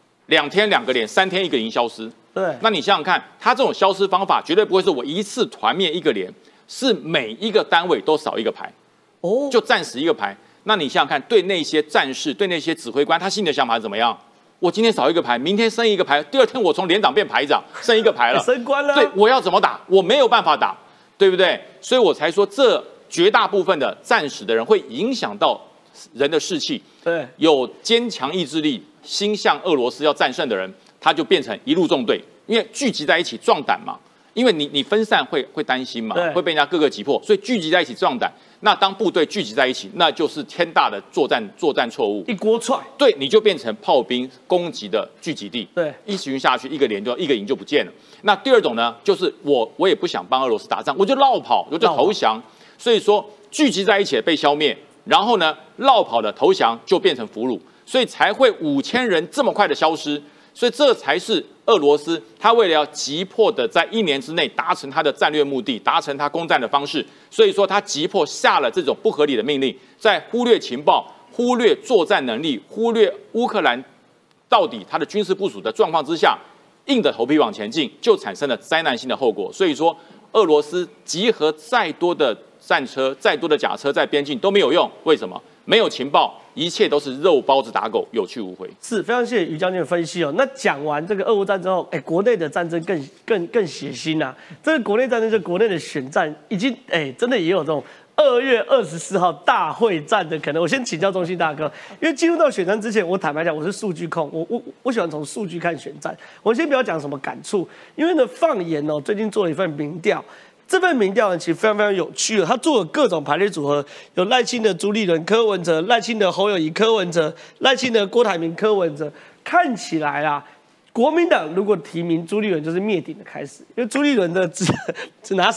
，2天2个连，3天1个营消失。
对，
那你想想看，它这种消失方法绝对不会是我一次团灭一个连，是每一个单位都少一个排，就战死一个排。那你想想看，对那些战士，对那些指挥官，他心里的想法是怎么样？我今天少一个排，明天升一个排，第二天我从连长变排长，升一个排了，
升官了。
对，我要怎么打？我没有办法打，对不对？所以我才说，这绝大部分的战死的人会影响到人的士气。
对，
有坚强意志力、心向俄罗斯要战胜的人，他就变成一路纵队，因为聚集在一起壮胆嘛。因为你分散会担心嘛，会被人家各个击破，所以聚集在一起壮胆。那当部队聚集在一起，那就是天大的作战错误，
一锅踹。
对，你就变成炮兵攻击的聚集地。
对，
一群下去，一个营就不见了。那第二种呢，就是我也不想帮俄罗斯打仗，我就绕跑，我就投降。所以说聚集在一起被消灭，然后呢绕跑的投降就变成俘虏，所以才会5000人这么快的消失。所以这才是俄罗斯他为了要急迫的在1年之内达成他的战略目的，达成他攻占的方式，所以说他急迫下了这种不合理的命令，在忽略情报、忽略作战能力、忽略乌克兰到底他的军事部署的状况之下，硬着头皮往前进，就产生了灾难性的后果。所以说，俄罗斯集合再多的战车、再多的甲车在边境都没有用，为什么？没有情报，一切都是肉包子打狗，有去无回。
是非常谢谢于将军的分析哦。那讲完这个俄乌战争后，国内的战争更血腥啊！这个国内战争，就国内的选战，已经真的也有这种2月24号大会战的可能。我先请教中信大哥，因为进入到选战之前，我坦白讲，我是数据控，我喜欢从数据看选战。我先不要讲什么感触，因为呢，放眼哦，最近做了一份民调。这份民调呢，其实非常非常有趣的，他做了各种排列组合，有赖清德、朱立伦、柯文哲，赖清德、侯友宜、柯文哲，赖清德、郭台铭、柯文哲。看起来啊，国民党如果提名朱立伦，就是灭顶的开始，因为朱立伦的只拿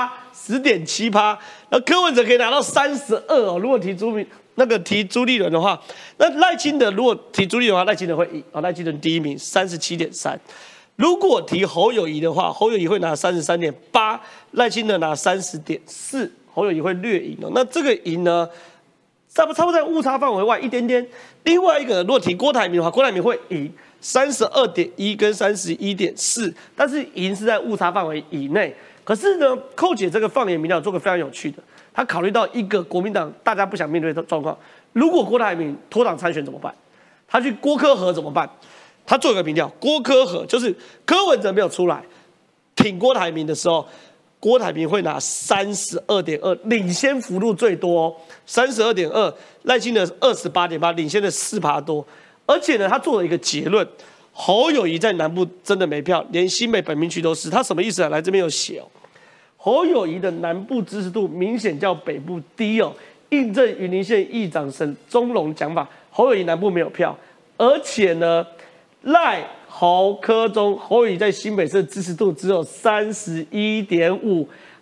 10.7%，然后柯文哲可以拿到32哦。如果提朱立伦的话，那赖清德如果提朱立伦的话，赖清德会赢哦，赖清德第一名37.3%。如果提侯友宜的话，侯友宜会拿33.8%，赖清德拿30.4%，侯友宜会略赢哦。那这个赢呢，差不多在误差范围外一点点。另外一个，如果提郭台铭的话，郭台铭会赢32.1%跟31.4%，但是赢是在误差范围以内。可是呢，寇姐这个放眼民调做个非常有趣的，他考虑到一个国民党大家不想面对的状况，如果郭台铭脱党参选怎么办？他去郭柯合怎么办？他做一个民调，郭柯合就是柯文哲没有出来挺郭台铭的时候，郭台铭会拿32.2%，领先幅度最多哦，32.2%，赖清德28.8%，领先的4%多。而且呢，他做了一个结论，侯友宜在南部真的没票，连新北本命区都是。他什么意思啊？来这边有写哦，侯友宜的南部支持度明显较北部低哦，印证云林县议长沈宗龙讲法，侯友宜南部没有票，而且呢。赖侯柯中侯友宜在新北市的支持度只有31.5%，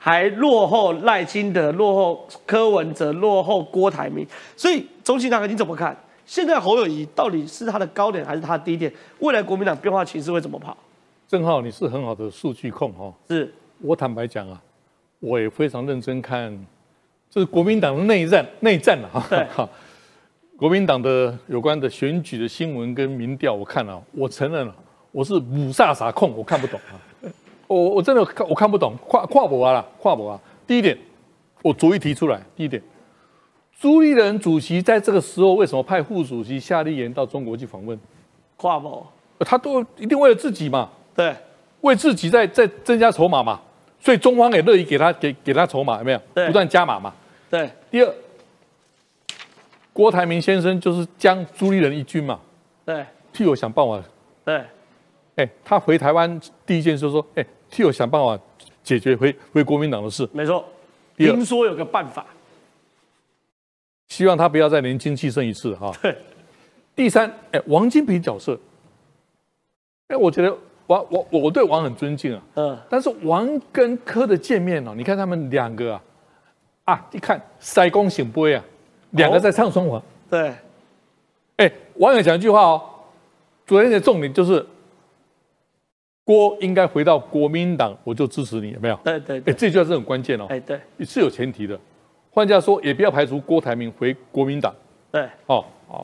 还落后赖清德、落后柯文哲、落后郭台铭。所以中信大哥你怎么看？现在侯友宜到底是他的高点还是他的低点？未来国民党变化情势会怎么跑？
正好你是很好的数据控哦。
是
我坦白讲啊，我也非常认真看，这是国民党的内战了哈。
对。
国民党的有关的选举的新闻跟民调，我看了，我承认了，我是母萨萨控，我看不懂啊。我真的看不懂，跨博啊。第一点，我逐一提出来。第一点，朱立伦主席在这个时候为什么派副主席夏立言到中国去访问？
跨博，
他都一定为了自己嘛。
对，
为自己在增加筹码嘛。所以中方也乐意给他筹码，有没有？不断加码嘛。
对。
第二，郭台铭先生就是将朱立伦一军嘛。
对。
替我想办法。
对。
他回台湾第一件事说，替我想办法解决回国民党的事。
没错。听说有个办法。
希望他不要再年轻气盛一次哈。
对。
第三，王金平角色，我觉得我对王很尊敬啊。但是王跟柯的见面哦，你看他们两个一看塞公醒杯啊，两个在唱双簧。
对。
王有讲一句话哦，昨天的重点就是郭应该回到国民党，我就支持你，有没有？
对。
这句话是很关键哦。
对，
是有前提的。换句话说，也不要排除郭台铭回国民党。
对。
好。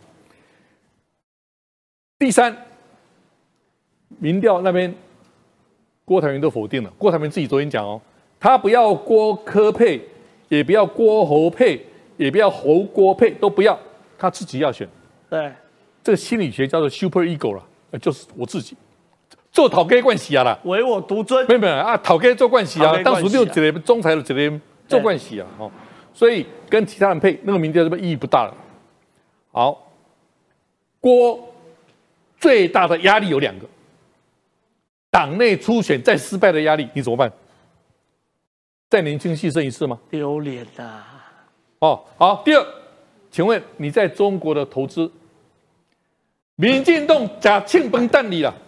第三，民调那边郭台铭都否定了。郭台铭自己昨天讲哦，他不要郭柯配，也不要郭侯配，也不要侯郭配，都不要，他自己要选。
对。
这个心理学叫做 super ego 了，就是我自己做讨家关系啦，
唯我独尊。
没有讨家做关系啊，当时就一个总裁的一个做关系啊，所以跟其他人配那个民调意义不大了。好，郭最大的压力有两个，党内初选再失败的压力，你怎么办？再年轻气盛一次吗？
丢脸呐！
好。第二，请问你在中国的投资，民进党假庆崩蛋里了。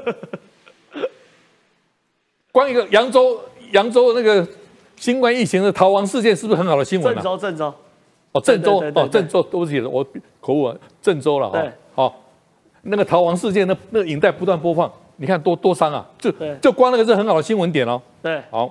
光一个扬州那个新冠疫情的逃亡事件，是不是很好的新闻？
郑州。
郑州，对不起，我口误了，郑州了哈。好，那个逃亡事件，那个影带不断播放，你看多伤啊！就光那个是很好的新闻点哦。
对。
好，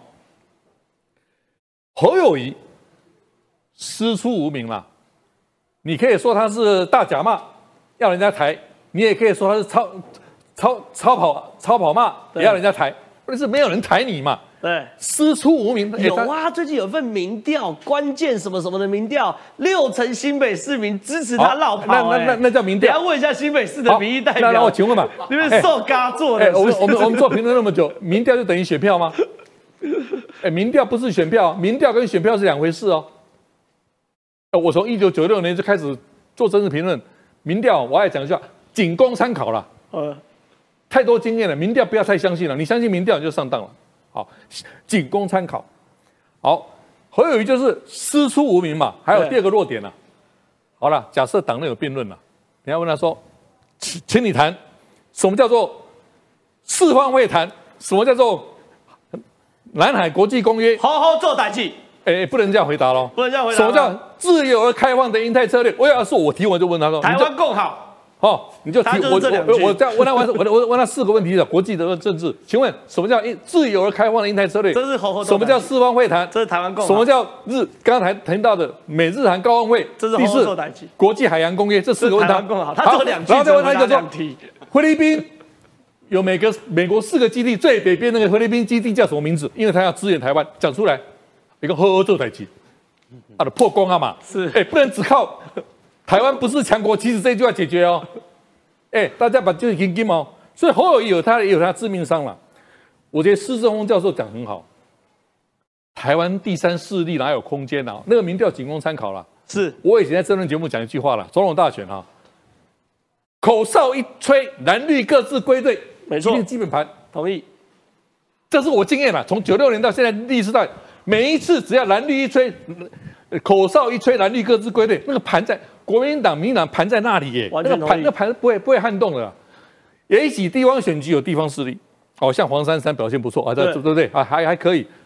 侯友宜师出无名啦，你可以说他是大假骂，要人家抬；你也可以说他是超跑骂，也要人家抬。但是没有人抬你嘛。
对，
师出无名。
有啊，最近有份民调，关键什么什么的民调，60%新北市民支持他绕跑。
那叫民调。
你要问一下新北市的民意代表。
那我请问嘛，
你们受嘎做的。
我们做评论那么久，民调就等于选票吗？民调不是选票，民调跟选票是两回事哦。我从1996年就开始做政治评论，民调我还讲一下，仅供参考啦。太多经验了，民调不要太相信了，你相信民调你就上当了。好，仅供参考。好，侯友宜就是师出无名嘛。还有第二个弱点了。好了，假设党内有辩论了，你要问他说，请你谈什么叫做四方会谈，什么叫做南海国际公约，
好好做代志。
不能这样回答咯。
不能这样回答。
什么叫自由而开放的印太策略？我要是我提，我就问他说，
台湾共好。
你就提我这样问他，我问他4个问题的国际的政治，请问什么叫自由而开放的印太策略？
这是侯
什么叫四方会谈？
这是台湾共好。
什么叫刚才谈到的美日韩高峰会？
这是侯做代志。
国际海洋公约，这4个问他。
共好，他这2句，
然后再问他一个说，菲律宾有美国4个基地，最北边那个菲律宾基地叫什么名字？因为他要支援台湾，讲出来，一个好做代志，他的破功啊嘛。
是，
不能只靠台湾不是强国，其实这句话解决哦。大家把这个听听哦，所以侯友宜有他致命伤了。我觉得施正峰教授讲很好，台湾第三势力哪有空间啊？那个民调仅供参考了。
是
我以前在政论节目讲一句话了，总统大选口哨一吹，蓝绿各自归队，
没错，
一定基本盘
同意。
这是我经验了，从96年到现在历时代，每一次只要蓝绿一吹，口哨一吹，蓝绿各自归队，那个盘在。国民党、民进党盘在那里耶，那盘不会撼动的。也许地方选举有地方势力，像黄珊珊表现不错啊，对不对啊？还可以。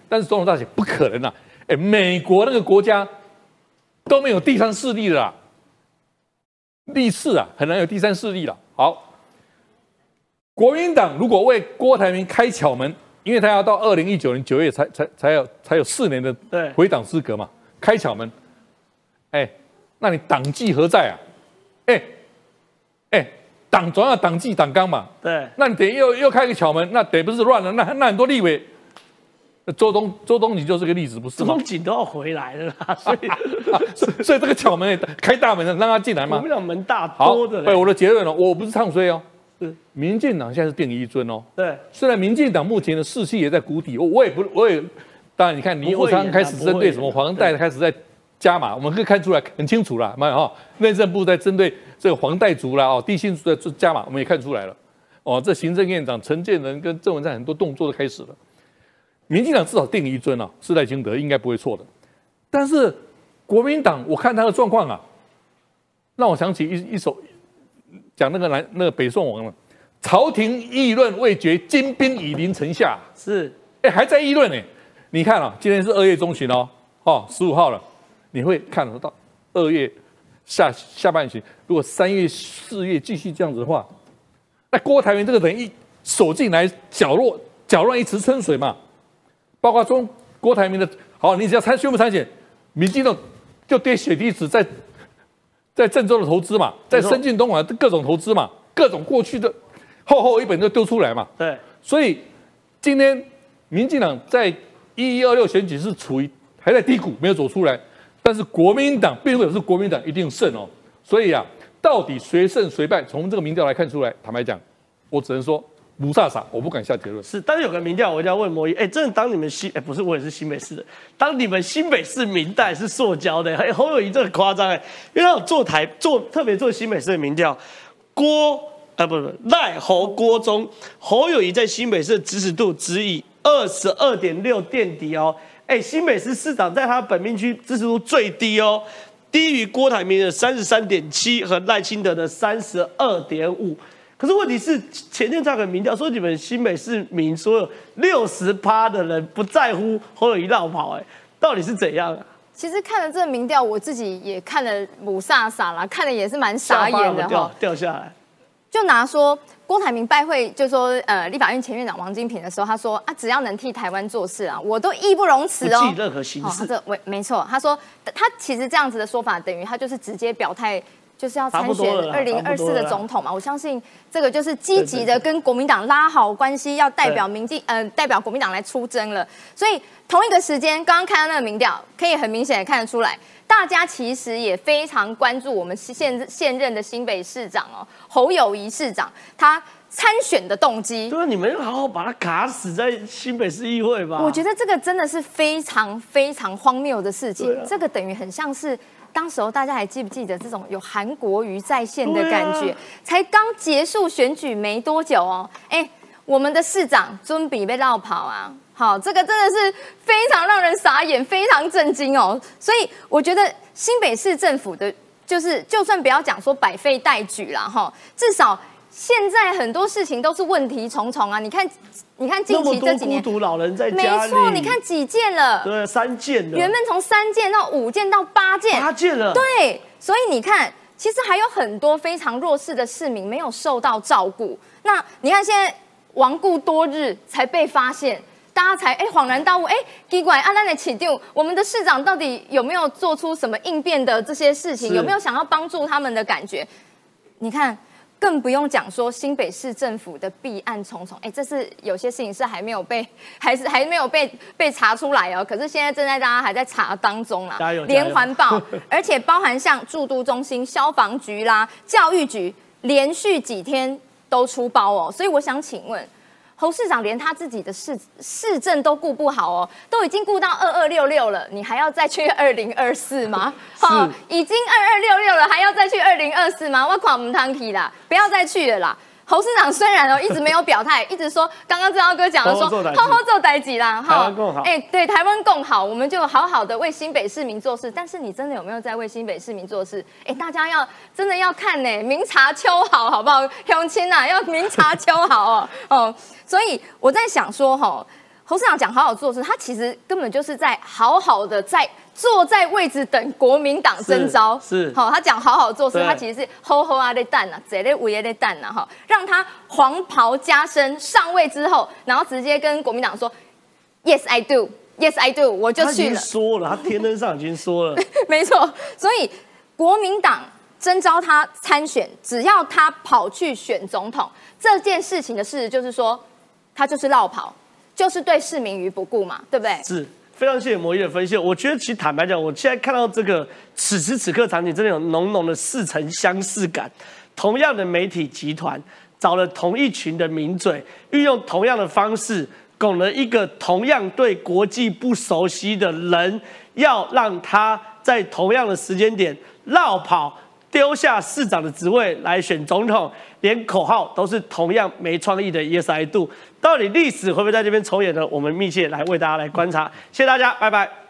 但是总统大选不可能啊！哎，美国那个国家都没有第三势力了啦，历次啊很难有第三势力了。好，国民党如果为郭台铭开巧门，因为他要到2019年9月才有4年的回党资格嘛，开巧门，哎，那你党纪何在啊？党总要党纪党纲嘛。对，那你等于又开个巧门，那等于不是乱了？那很多立委，周东锦就是个例子，不是吗？
周东锦都要回来了啦，
所以这个巧门也开大门让他进来嘛。
国民党门大多的。
对，我的结论了，我不是唱衰哦。民进党现在是定一尊哦。对，虽然民进党目前的士气也在谷底，我也，当然你看倪欧昌开始针对什么黄带开始在加码，我们可以看出来很清楚了，内政部在针对这个黄带族啦，地心族的加码，我们也看出来了。这行政院长陈建仁跟郑文灿很多动作都开始了。民进党至少定一尊啊，是赖清德应该不会错的。但是国民党，我看他的状况啊，让我想起一首讲那个北宋王了，朝廷议论未决，金兵已临城下。是，还在议论呢。你看啊，今天是2月中旬15号了。你会看得到2月下半旬，如果3月、4月继续这样子的话，那郭台铭这个等于手进来搅乱一池春水嘛。包括郭台铭的，好，你只要宣布参选，民进党就跌血滴子在郑州的投资嘛，在深圳东莞的各种投资嘛，各种过去的厚一本就丢出来嘛。对，所以今天民进党在1126选举是处于还在低谷，没有走出来。但是国民党并不表示国民党一定胜哦，所以啊，到底谁胜谁败，从这个民调来看出来，坦白讲，我只能说不飒飒，我不敢下结论。
是，但是有个民调，我一定要问摩伊，真的当你们不是，我也是新北市的，当你们新北市民代是塑胶的，侯友宜这个夸张因为他有特别做新北市的民调，赖侯郭中，侯友宜在新北市的支持度只以22.6垫底哦。新北市市长在他本命区支持度最低哦，低于郭台铭的33.7和赖清德的32.5。可是问题是，前天这个民调说你们新北市民所有60%的人不在乎侯友宜绕跑，到底是怎样啊？
其实看了这个民调，我自己也看了母萨萨啦，看了也是蛮傻眼的哈，
掉下来。就
拿说郭台铭拜会，就说立法院前院长王金平的时候，他说只要能替台湾做事啊，我都义不容辞哦，
不计任何形式。
没错，他说他其实这样子的说法，等于他就是直接表态，就是要参选2024的总统嘛。我相信这个就是积极的跟国民党拉好关系，要代表代表国民党来出征了。所以同一个时间，刚刚看到那个民调，可以很明显的看得出来。大家其实也非常关注我们现任的新北市长侯友宜市长他参选的动机。
对啊，你们要好好把他卡死在新北市议会吧。
我觉得这个真的是非常非常荒谬的事情。这个等于很像是当时候大家还记不记得这种有韩国瑜在线的感觉？才刚结束选举没多久我们的市长尊比被绕跑啊。好，这个真的是非常让人傻眼，非常震惊哦。所以我觉得新北市政府的，就算不要讲说百废待举啦，至少现在很多事情都是问题重重啊。你看近期这几年，
孤独老人在家里，
没错，你看几件了？
对，3件了。
原本从3件到5件到8件
，8件了。
对，所以你看，其实还有很多非常弱势的市民没有受到照顾。那你看现在亡故多日才被发现。大家才恍然大悟，奇怪，那的起定，我们的市长到底有没有做出什么应变的这些事情？有没有想要帮助他们的感觉？你看，更不用讲说新北市政府的弊案重重，这是有些事情是还没有被查出来哦。可是现在大家还在查当中啦，连环报，而且包含像驻都中心、消防局啦、教育局，连续几天都出包哦。所以我想请问。侯市长连他自己的市政都顾不好哦，都已经顾到2266了，你还要再去2024吗？已经2266了，还要再去2024吗？我看唔通去啦，不要再去了啦。侯市长虽然一直没有表态，一直说刚刚正浩哥讲的说好好做代志啦，
台湾更好。
对，台湾更好，我们就好好的为新北市民做事。但是你真的有没有在为新北市民做事？大家真的要看呢，明察秋毫，好不好？乡亲啊，要明察秋毫哦。所以我在想说侯市长讲好好做事，他其实根本就是在好好的坐在位置等国民党征召。
是，
好，他讲好好做事，他其实是吼吼啊的蛋啊，这类围的蛋啊，哈，让他黄袍加身上位之后，然后直接跟国民党说 ，Yes I do。Yes, I do， 我就去了。
他已经说了，他天灯上已经说了，
没错。所以国民党征召他参选，只要他跑去选总统，这件事情的事实就是说，他就是落跑，就是对市民于不顾嘛，对不对？
是非常谢谢魔医的分析。我觉得其实坦白讲，我现在看到这个此时此刻场景，真的有浓浓的似曾相识感。同样的媒体集团找了同一群的名嘴，运用同样的方式。拱了一个同样对国际不熟悉的人，要让他在同样的时间点绕跑，丢下市长的职位来选总统，连口号都是同样没创意的 Yes I do。到底历史会不会在这边重演呢？我们密切来为大家来观察。谢谢大家，拜拜。